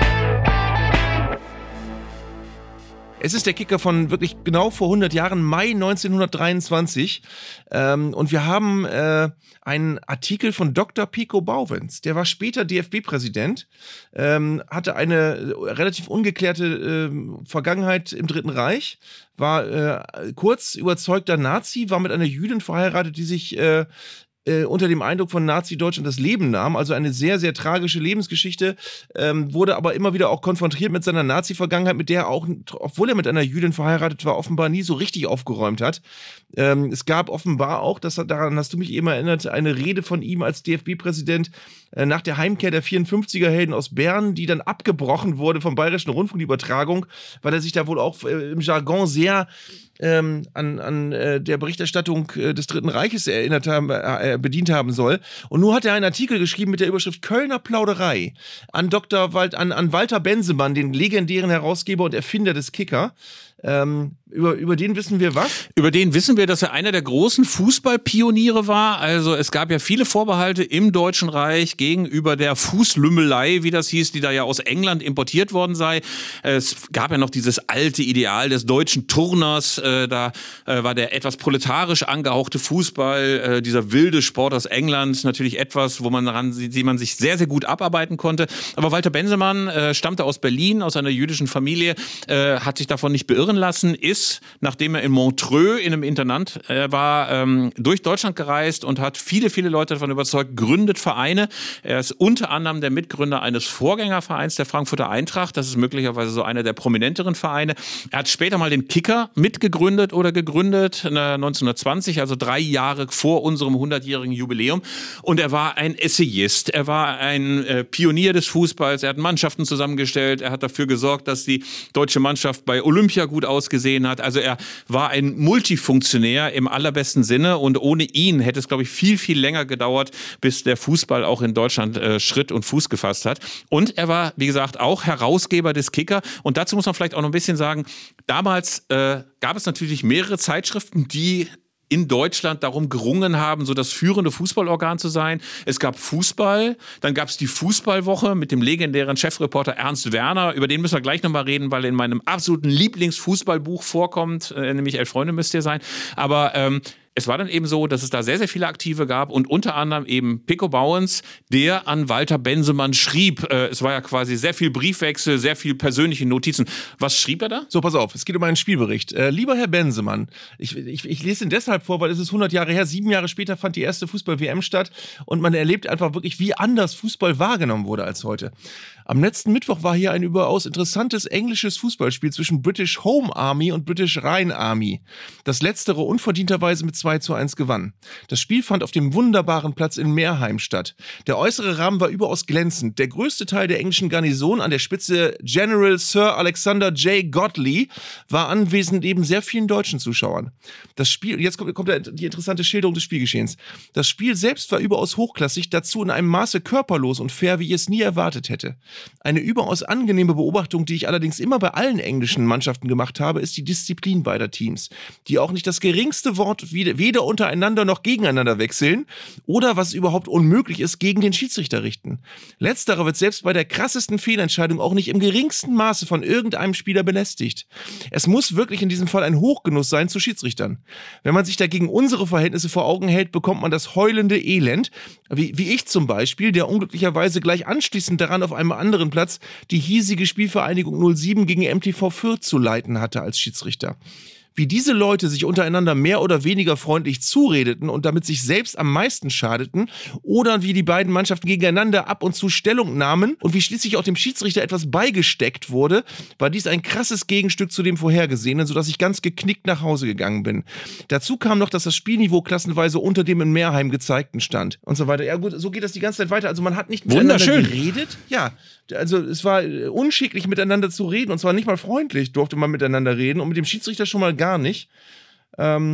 Es ist der Kicker von wirklich genau vor 100 Jahren, Mai 1923. Und wir haben einen Artikel von Dr. Pico Bauwens. Der war später DFB-Präsident, hatte eine relativ ungeklärte Vergangenheit im Dritten Reich, war kurz überzeugter Nazi, war mit einer Jüdin verheiratet, die sich unter dem Eindruck von Nazi-Deutschland das Leben nahm, also eine sehr, sehr tragische Lebensgeschichte, wurde aber immer wieder auch konfrontiert mit seiner Nazi-Vergangenheit, mit der er auch, obwohl er mit einer Jüdin verheiratet war, offenbar nie so richtig aufgeräumt hat. Es gab offenbar auch, daran hast du mich eben erinnert, eine Rede von ihm als DFB-Präsident nach der Heimkehr der 54er-Helden aus Bern, die dann abgebrochen wurde vom Bayerischen Rundfunk, die Übertragung, weil er sich da wohl auch im Jargon sehr an der Berichterstattung des Dritten Reiches bedient haben soll. Und nun hat er einen Artikel geschrieben mit der Überschrift Kölner Plauderei an an Walter Bensemann, den legendären Herausgeber und Erfinder des Kicker. Über den wissen wir was? Über den wissen wir, dass er einer der großen Fußballpioniere war. Also es gab ja viele Vorbehalte im Deutschen Reich gegenüber der Fußlümmelei, wie das hieß, die da ja aus England importiert worden sei. Es gab ja noch dieses alte Ideal des deutschen Turners. Da war der etwas proletarisch angehauchte Fußball, dieser wilde Sport aus England, natürlich etwas, die man sich sehr, sehr gut abarbeiten konnte. Aber Walter Bensemann stammte aus Berlin, aus einer jüdischen Familie, hat sich davon nicht beirren lassen, ist, nachdem er in Montreux in einem Internat war, durch Deutschland gereist und hat viele, viele Leute davon überzeugt, gründet Vereine. Er ist unter anderem der Mitgründer eines Vorgängervereins der Frankfurter Eintracht. Das ist möglicherweise so einer der prominenteren Vereine. Er hat später mal den Kicker mitgegründet oder gegründet, 1920, also 3 Jahre vor unserem 100-jährigen Jubiläum. Und er war ein Essayist. Er war ein Pionier des Fußballs. Er hat Mannschaften zusammengestellt. Er hat dafür gesorgt, dass die deutsche Mannschaft bei Olympia gut ausgesehen hat. Also er war ein Multifunktionär im allerbesten Sinne und ohne ihn hätte es, glaube ich, viel, viel länger gedauert, bis der Fußball auch in Deutschland Schritt und Fuß gefasst hat. Und er war, wie gesagt, auch Herausgeber des Kicker. Und dazu muss man vielleicht auch noch ein bisschen sagen, damals gab es natürlich mehrere Zeitschriften, die in Deutschland darum gerungen haben, so das führende Fußballorgan zu sein. Es gab Fußball, dann gab es die Fußballwoche mit dem legendären Chefreporter Ernst Werner, über den müssen wir gleich nochmal reden, weil er in meinem absoluten Lieblingsfußballbuch vorkommt, nämlich 11 Freunde müsst ihr sein. Aber es war dann eben so, dass es da sehr, sehr viele Aktive gab und unter anderem eben Pico Bauwens, der an Walter Bensemann schrieb. Es war ja quasi sehr viel Briefwechsel, sehr viel persönliche Notizen. Was schrieb er da? So, pass auf, es geht um einen Spielbericht. Lieber Herr Bensemann, ich lese ihn deshalb vor, weil es ist 100 Jahre her, 7 Jahre später fand die erste Fußball-WM statt und man erlebt einfach wirklich, wie anders Fußball wahrgenommen wurde als heute. Am letzten Mittwoch war hier ein überaus interessantes englisches Fußballspiel zwischen British Home Army und British Rhine Army. Das letztere unverdienterweise mit 2:1 gewann. Das Spiel fand auf dem wunderbaren Platz in Meerheim statt. Der äußere Rahmen war überaus glänzend. Der größte Teil der englischen Garnison, an der Spitze General Sir Alexander J. Godley, war anwesend neben sehr vielen deutschen Zuschauern. Das Spiel, jetzt kommt die interessante Schilderung des Spielgeschehens. Das Spiel selbst war überaus hochklassig, dazu in einem Maße körperlos und fair, wie ich es nie erwartet hätte. Eine überaus angenehme Beobachtung, die ich allerdings immer bei allen englischen Mannschaften gemacht habe, ist die Disziplin beider Teams, die auch nicht das geringste Wort weder untereinander noch gegeneinander wechseln oder, was überhaupt unmöglich ist, gegen den Schiedsrichter richten. Letzterer wird selbst bei der krassesten Fehlentscheidung auch nicht im geringsten Maße von irgendeinem Spieler belästigt. Es muss wirklich in diesem Fall ein Hochgenuss sein zu Schiedsrichtern. Wenn man sich dagegen unsere Verhältnisse vor Augen hält, bekommt man das heulende Elend, wie ich zum Beispiel, der unglücklicherweise gleich anschließend daran auf einem anderen Platz die hiesige Spielvereinigung 07 gegen MTV Fürth zu leiten hatte als Schiedsrichter. Wie diese Leute sich untereinander mehr oder weniger freundlich zuredeten und damit sich selbst am meisten schadeten oder wie die beiden Mannschaften gegeneinander ab und zu Stellung nahmen und wie schließlich auch dem Schiedsrichter etwas beigesteckt wurde, war dies ein krasses Gegenstück zu dem Vorhergesehenen, sodass ich ganz geknickt nach Hause gegangen bin. Dazu kam noch, dass das Spielniveau klassenweise unter dem in Meerheim gezeigten stand und so weiter. Ja gut, so geht das die ganze Zeit weiter. Also man hat nicht miteinander geredet. Ja, also es war unschicklich miteinander zu reden und zwar nicht mal freundlich durfte man miteinander reden und mit dem Schiedsrichter schon mal gar nicht.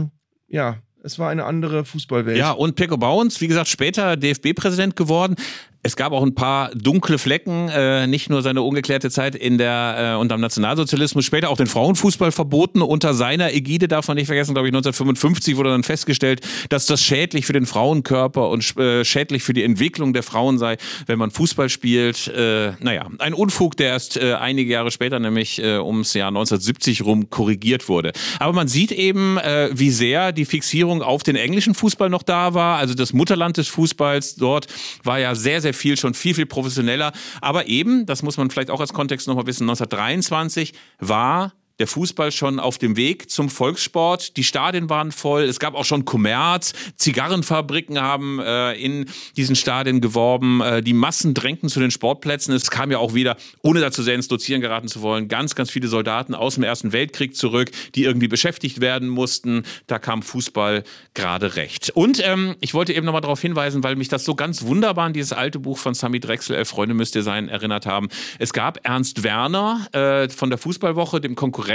es war eine andere Fußballwelt. Ja, und Peko Bauens, wie gesagt, später DFB-Präsident geworden. Es gab auch ein paar dunkle Flecken, nicht nur seine ungeklärte Zeit unterm Nationalsozialismus, später auch den Frauenfußball verboten unter seiner Ägide, darf man nicht vergessen, glaube ich 1955 wurde dann festgestellt, dass das schädlich für den Frauenkörper und schädlich für die Entwicklung der Frauen sei, wenn man Fußball spielt. Ein Unfug, der erst einige Jahre später, nämlich ums Jahr 1970 rum korrigiert wurde. Aber man sieht eben, wie sehr die Fixierung auf den englischen Fußball noch da war, also das Mutterland des Fußballs, dort war ja sehr, sehr viel, schon viel, viel professioneller. Aber eben, das muss man vielleicht auch als Kontext nochmal wissen, 1923 war der Fußball schon auf dem Weg zum Volkssport. Die Stadien waren voll. Es gab auch schon Kommerz. Zigarrenfabriken haben in diesen Stadien geworben. Die Massen drängten zu den Sportplätzen. Es kam ja auch wieder, ohne dazu sehr ins Dozieren geraten zu wollen, ganz, ganz viele Soldaten aus dem Ersten Weltkrieg zurück, die irgendwie beschäftigt werden mussten. Da kam Fußball gerade recht. Und ich wollte eben nochmal darauf hinweisen, weil mich das so ganz wunderbar an dieses alte Buch von Sami Drechsel, 11 Freunde müsst ihr sein, erinnert haben. Es gab Ernst Werner von der Fußballwoche, dem Konkurrenzblatt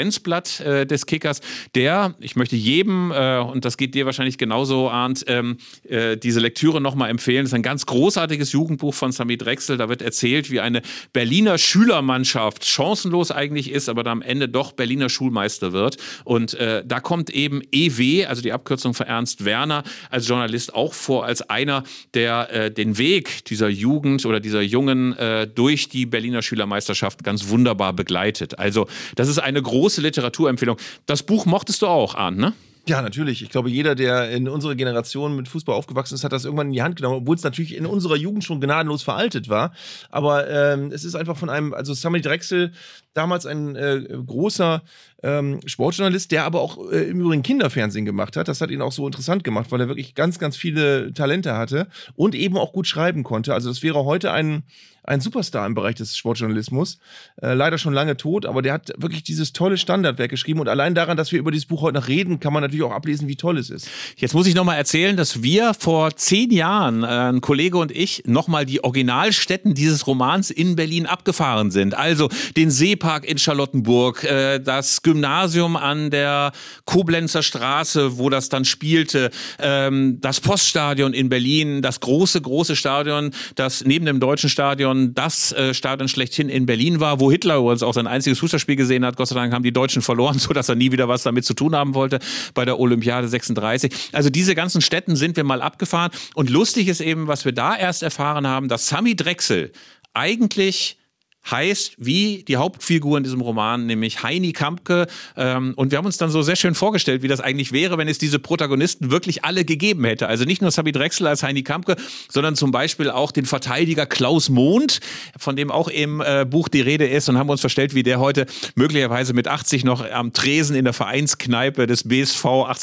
des Kickers, ich möchte jedem, und das geht dir wahrscheinlich genauso, Arndt, diese Lektüre nochmal empfehlen. Das ist ein ganz großartiges Jugendbuch von Sami Drechsel. Da wird erzählt, wie eine Berliner Schülermannschaft chancenlos eigentlich ist, aber da am Ende doch Berliner Schulmeister wird. Und da kommt eben EW, also die Abkürzung für Ernst Werner, als Journalist auch vor, als einer, der den Weg dieser Jugend oder dieser Jungen durch die Berliner Schülermeisterschaft ganz wunderbar begleitet. Also das ist eine große Literaturempfehlung. Das Buch mochtest du auch, Arndt, ne? Ja, natürlich. Ich glaube, jeder, der in unserer Generation mit Fußball aufgewachsen ist, hat das irgendwann in die Hand genommen, obwohl es natürlich in unserer Jugend schon gnadenlos veraltet war. Aber es ist einfach also Sami Drechsel, damals ein großer Sportjournalist, der aber auch im Übrigen Kinderfernsehen gemacht hat. Das hat ihn auch so interessant gemacht, weil er wirklich ganz, ganz viele Talente hatte und eben auch gut schreiben konnte. Also das wäre heute ein Superstar im Bereich des Sportjournalismus. Leider schon lange tot, aber der hat wirklich dieses tolle Standardwerk geschrieben. Und allein daran, dass wir über dieses Buch heute noch reden, kann man natürlich auch ablesen, wie toll es ist. Jetzt muss ich nochmal erzählen, dass wir vor 10 Jahren, ein Kollege und ich, nochmal die Originalstätten dieses Romans in Berlin abgefahren sind. Also den Seepark in Charlottenburg, das Gymnasium an der Koblenzer Straße, wo das dann spielte, das Poststadion in Berlin, das große, große Stadion, das neben dem Deutschen Stadion das Stadion schlechthin in Berlin war, wo Hitler übrigens auch sein einziges Fußballspiel gesehen hat. Gott sei Dank haben die Deutschen verloren, sodass er nie wieder was damit zu tun haben wollte bei der Olympiade 36. Also diese ganzen Städten sind wir mal abgefahren. Und lustig ist eben, was wir da erst erfahren haben, dass Sami Drechsel eigentlich heißt wie die Hauptfigur in diesem Roman, nämlich Heini Kampke. Und wir haben uns dann so sehr schön vorgestellt, wie das eigentlich wäre, wenn es diese Protagonisten wirklich alle gegeben hätte. Also nicht nur Sami Drechsel als Heini Kampke, sondern zum Beispiel auch den Verteidiger Klaus Mond, von dem auch im Buch die Rede ist, und haben uns vorgestellt, wie der heute möglicherweise mit 80 noch am Tresen in der Vereinskneipe des BSV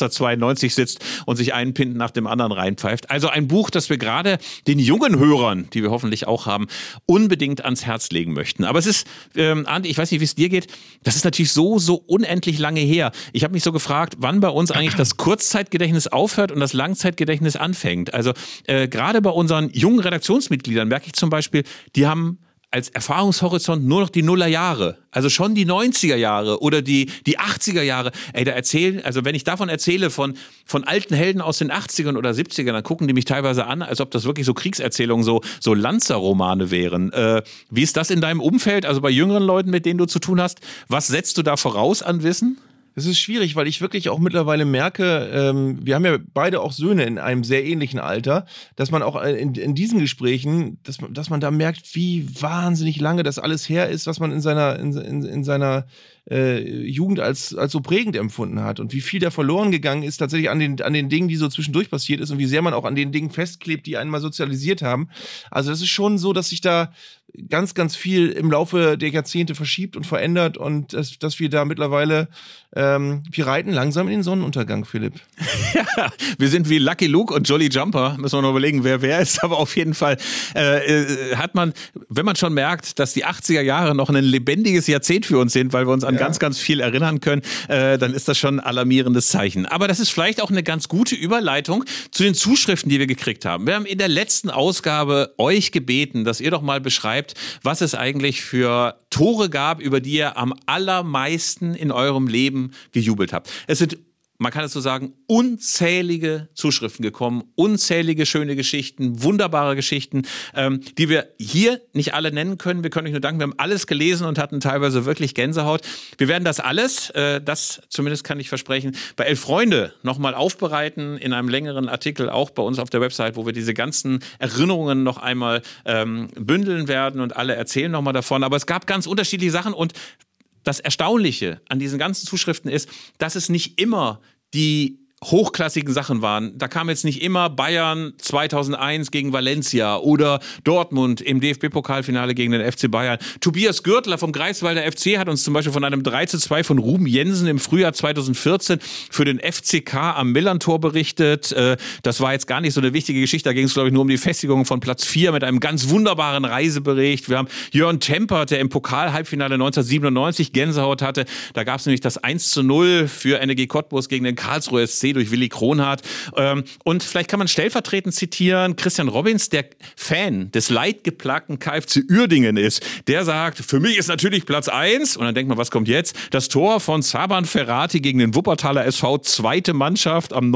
1892 sitzt und sich einen Pinten nach dem anderen reinpfeift. Also ein Buch, das wir gerade den jungen Hörern, die wir hoffentlich auch haben, unbedingt ans Herz legen möchten. Aber es ist, Arndt, ich weiß nicht, wie es dir geht, das ist natürlich so unendlich lange her. Ich habe mich so gefragt, wann bei uns eigentlich das Kurzzeitgedächtnis aufhört und das Langzeitgedächtnis anfängt. Also gerade bei unseren jungen Redaktionsmitgliedern merke ich zum Beispiel, die haben als Erfahrungshorizont nur noch die Nullerjahre, also schon die 90er Jahre oder die 80er Jahre. Also wenn ich davon erzähle, von alten Helden aus den 80ern oder 70ern, dann gucken die mich teilweise an, als ob das wirklich so Kriegserzählungen, so Lanzer-Romane wären. Wie ist das in deinem Umfeld, also bei jüngeren Leuten, mit denen du zu tun hast? Was setzt du da voraus an Wissen? Das ist schwierig, weil ich wirklich auch mittlerweile merke, wir haben ja beide auch Söhne in einem sehr ähnlichen Alter, dass man auch in diesen Gesprächen, dass man da merkt, wie wahnsinnig lange das alles her ist, was man in seiner Jugend als so prägend empfunden hat und wie viel da verloren gegangen ist tatsächlich an den Dingen, die so zwischendurch passiert ist und wie sehr man auch an den Dingen festklebt, die einen mal sozialisiert haben. Also das ist schon so, dass sich da ganz, ganz viel im Laufe der Jahrzehnte verschiebt und verändert und dass wir da mittlerweile wir reiten langsam in den Sonnenuntergang, Philipp. Ja, wir sind wie Lucky Luke und Jolly Jumper. Müssen wir noch überlegen, wer ist. Aber auf jeden Fall hat man, wenn man schon merkt, dass die 80er Jahre noch ein lebendiges Jahrzehnt für uns sind, weil wir uns an ganz, ganz viel erinnern können, dann ist das schon ein alarmierendes Zeichen. Aber das ist vielleicht auch eine ganz gute Überleitung zu den Zuschriften, die wir gekriegt haben. Wir haben in der letzten Ausgabe euch gebeten, dass ihr doch mal beschreibt, was es eigentlich für Tore gab, über die ihr am allermeisten in eurem Leben gejubelt habt. Es sind man kann es so sagen, unzählige Zuschriften gekommen, unzählige schöne Geschichten, wunderbare Geschichten, die wir hier nicht alle nennen können. Wir können euch nur danken, wir haben alles gelesen und hatten teilweise wirklich Gänsehaut. Wir werden das alles, das zumindest kann ich versprechen, bei Elf Freunde nochmal aufbereiten in einem längeren Artikel, auch bei uns auf der Website, wo wir diese ganzen Erinnerungen noch einmal bündeln werden und alle erzählen nochmal davon. Aber es gab ganz unterschiedliche Sachen und das Erstaunliche an diesen ganzen Zuschriften ist, dass es nicht immer die hochklassigen Sachen waren. Da kam jetzt nicht immer Bayern 2001 gegen Valencia oder Dortmund im DFB-Pokalfinale gegen den FC Bayern. Tobias Gürtler vom Greifswalder FC hat uns zum Beispiel von einem 3:2 von Ruben Jensen im Frühjahr 2014 für den FCK am Millantor berichtet. Das war jetzt gar nicht so eine wichtige Geschichte. Da ging es, glaube ich, nur um die Festigung von Platz 4 mit einem ganz wunderbaren Reisebericht. Wir haben Jörn Tempert, der im Pokal-Halbfinale 1997 Gänsehaut hatte. Da gab es nämlich das 1:0 für NEG Cottbus gegen den Karlsruher SC durch Willi Kronhardt. Und vielleicht kann man stellvertretend zitieren, Christian Robbins, der Fan des leidgeplagten KFC Uerdingen ist, der sagt, für mich ist natürlich Platz 1, und dann denkt man, was kommt jetzt? Das Tor von Saban Ferrati gegen den Wuppertaler SV, zweite Mannschaft am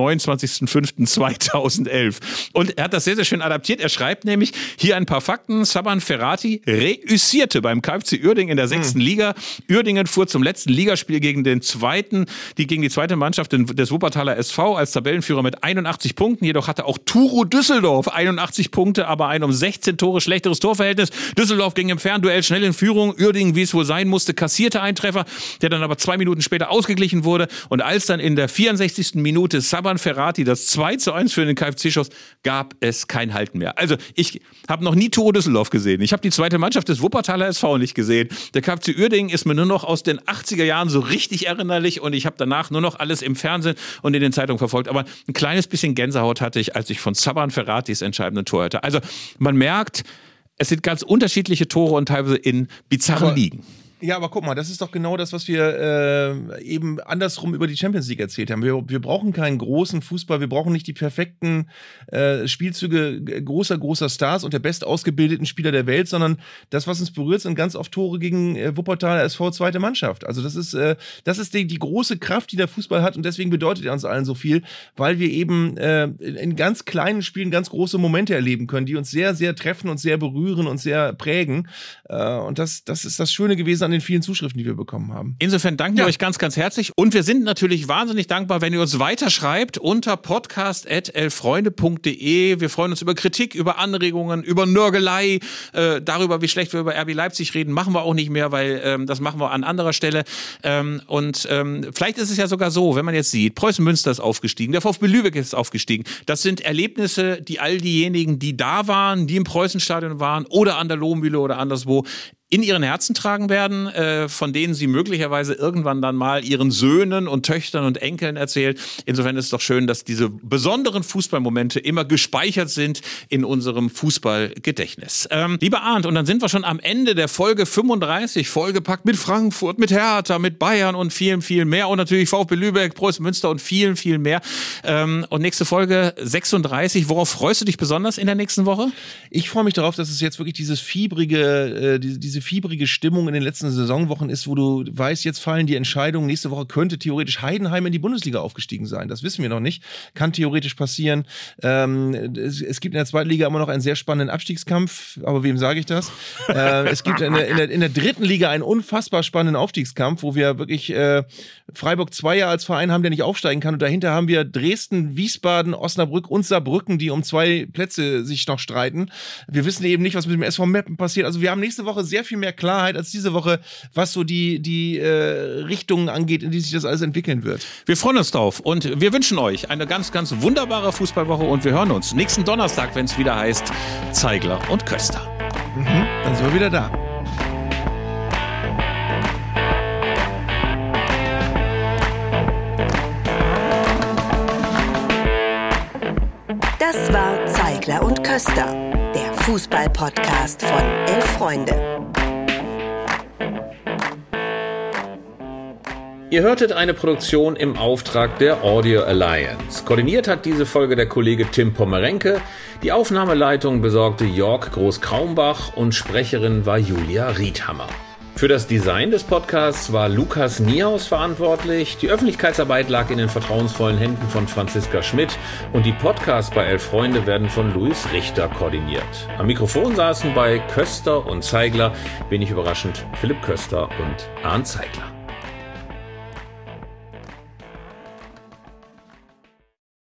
29.05.2011. Und er hat das sehr, sehr schön adaptiert. Er schreibt nämlich hier ein paar Fakten. Saban Ferrati reüssierte beim KFC Uerdingen in der 6. Liga. Uerdingen fuhr zum letzten Ligaspiel gegen die zweite Mannschaft des Wuppertaler SV als Tabellenführer mit 81 Punkten. Jedoch hatte auch Turo Düsseldorf 81 Punkte, aber ein um 16 Tore schlechteres Torverhältnis. Düsseldorf ging im Fernduell schnell in Führung. Uerdingen, wie es wohl sein musste, kassierte einen Treffer, der dann aber 2 Minuten später ausgeglichen wurde. Und als dann in der 64. Minute Saban Ferrati das 2:1 für den KFC schoss, gab es kein Halten mehr. Also ich habe noch nie Turo Düsseldorf gesehen. Ich habe die zweite Mannschaft des Wuppertaler SV nicht gesehen. Der KFC Uerdingen ist mir nur noch aus den 80er Jahren so richtig erinnerlich und ich habe danach nur noch alles im Fernsehen und in den Zeitungen verfolgt. Aber ein kleines bisschen Gänsehaut hatte ich, als ich von Saban Ferratis entscheidenden Tor hörte. Also man merkt, es sind ganz unterschiedliche Tore und teilweise in bizarren Ligen. Ja, aber guck mal, das ist doch genau das, was wir eben andersrum über die Champions League erzählt haben. Wir brauchen keinen großen Fußball, wir brauchen nicht die perfekten Spielzüge großer Stars und der bestausgebildeten Spieler der Welt, sondern das, was uns berührt, sind ganz oft Tore gegen Wuppertaler SV zweite Mannschaft. Also das ist die große Kraft, die der Fußball hat und deswegen bedeutet er uns allen so viel, weil wir eben in ganz kleinen Spielen ganz große Momente erleben können, die uns sehr, sehr treffen und sehr berühren und sehr prägen. Und das ist das Schöne gewesen an den vielen Zuschriften, die wir bekommen haben. Insofern danken wir euch ganz, ganz herzlich. Und wir sind natürlich wahnsinnig dankbar, wenn ihr uns weiterschreibt unter podcast@elffreunde.de. Wir freuen uns über Kritik, über Anregungen, über Nörgelei, darüber, wie schlecht wir über RB Leipzig reden. Machen wir auch nicht mehr, weil das machen wir an anderer Stelle. Vielleicht ist es ja sogar so, wenn man jetzt sieht, Preußen Münster ist aufgestiegen, der VfB Lübeck ist aufgestiegen. Das sind Erlebnisse, die all diejenigen, die da waren, die im Preußenstadion waren oder an der Lohmühle oder anderswo, in ihren Herzen tragen werden, von denen sie möglicherweise irgendwann dann mal ihren Söhnen und Töchtern und Enkeln erzählt. Insofern ist es doch schön, dass diese besonderen Fußballmomente immer gespeichert sind in unserem Fußballgedächtnis. Lieber Arndt, und dann sind wir schon am Ende der Folge 35, vollgepackt mit Frankfurt, mit Hertha, mit Bayern und vielen, viel mehr und natürlich VfB Lübeck, Preußen Münster und vielen, viel mehr. Und nächste Folge 36. Worauf freust du dich besonders in der nächsten Woche? Ich freue mich darauf, dass es jetzt wirklich diese fiebrige Stimmung in den letzten Saisonwochen ist, wo du weißt, jetzt fallen die Entscheidungen, nächste Woche könnte theoretisch Heidenheim in die Bundesliga aufgestiegen sein. Das wissen wir noch nicht. Kann theoretisch passieren. Es gibt in der zweiten Liga immer noch einen sehr spannenden Abstiegskampf, aber wem sage ich das? Es gibt in der dritten Liga einen unfassbar spannenden Aufstiegskampf, wo wir wirklich Freiburg 2 als Verein haben, der nicht aufsteigen kann und dahinter haben wir Dresden, Wiesbaden, Osnabrück und Saarbrücken, die um 2 Plätze sich noch streiten. Wir wissen eben nicht, was mit dem SV Meppen passiert. Also wir haben nächste Woche sehr viel mehr Klarheit als diese Woche, was so die Richtungen angeht, in die sich das alles entwickeln wird. Wir freuen uns drauf und wir wünschen euch eine ganz, ganz wunderbare Fußballwoche und wir hören uns nächsten Donnerstag, wenn es wieder heißt Zeigler und Köster. Dann sind wir wieder da. Das war Zeigler und Köster, der Fußball-Podcast von Elf Freunde. Ihr hörtet eine Produktion im Auftrag der Audio Alliance. Koordiniert hat diese Folge der Kollege Tim Pommerenke. Die Aufnahmeleitung besorgte Jörg Groß-Kraumbach und Sprecherin war Julia Riedhammer. Für das Design des Podcasts war Lukas Niehaus verantwortlich. Die Öffentlichkeitsarbeit lag in den vertrauensvollen Händen von Franziska Schmidt und die Podcasts bei 11 Freunde werden von Luis Richter koordiniert. Am Mikrofon saßen bei Köster und Zeigler, wenig überraschend, Philipp Köster und Arndt Zeigler.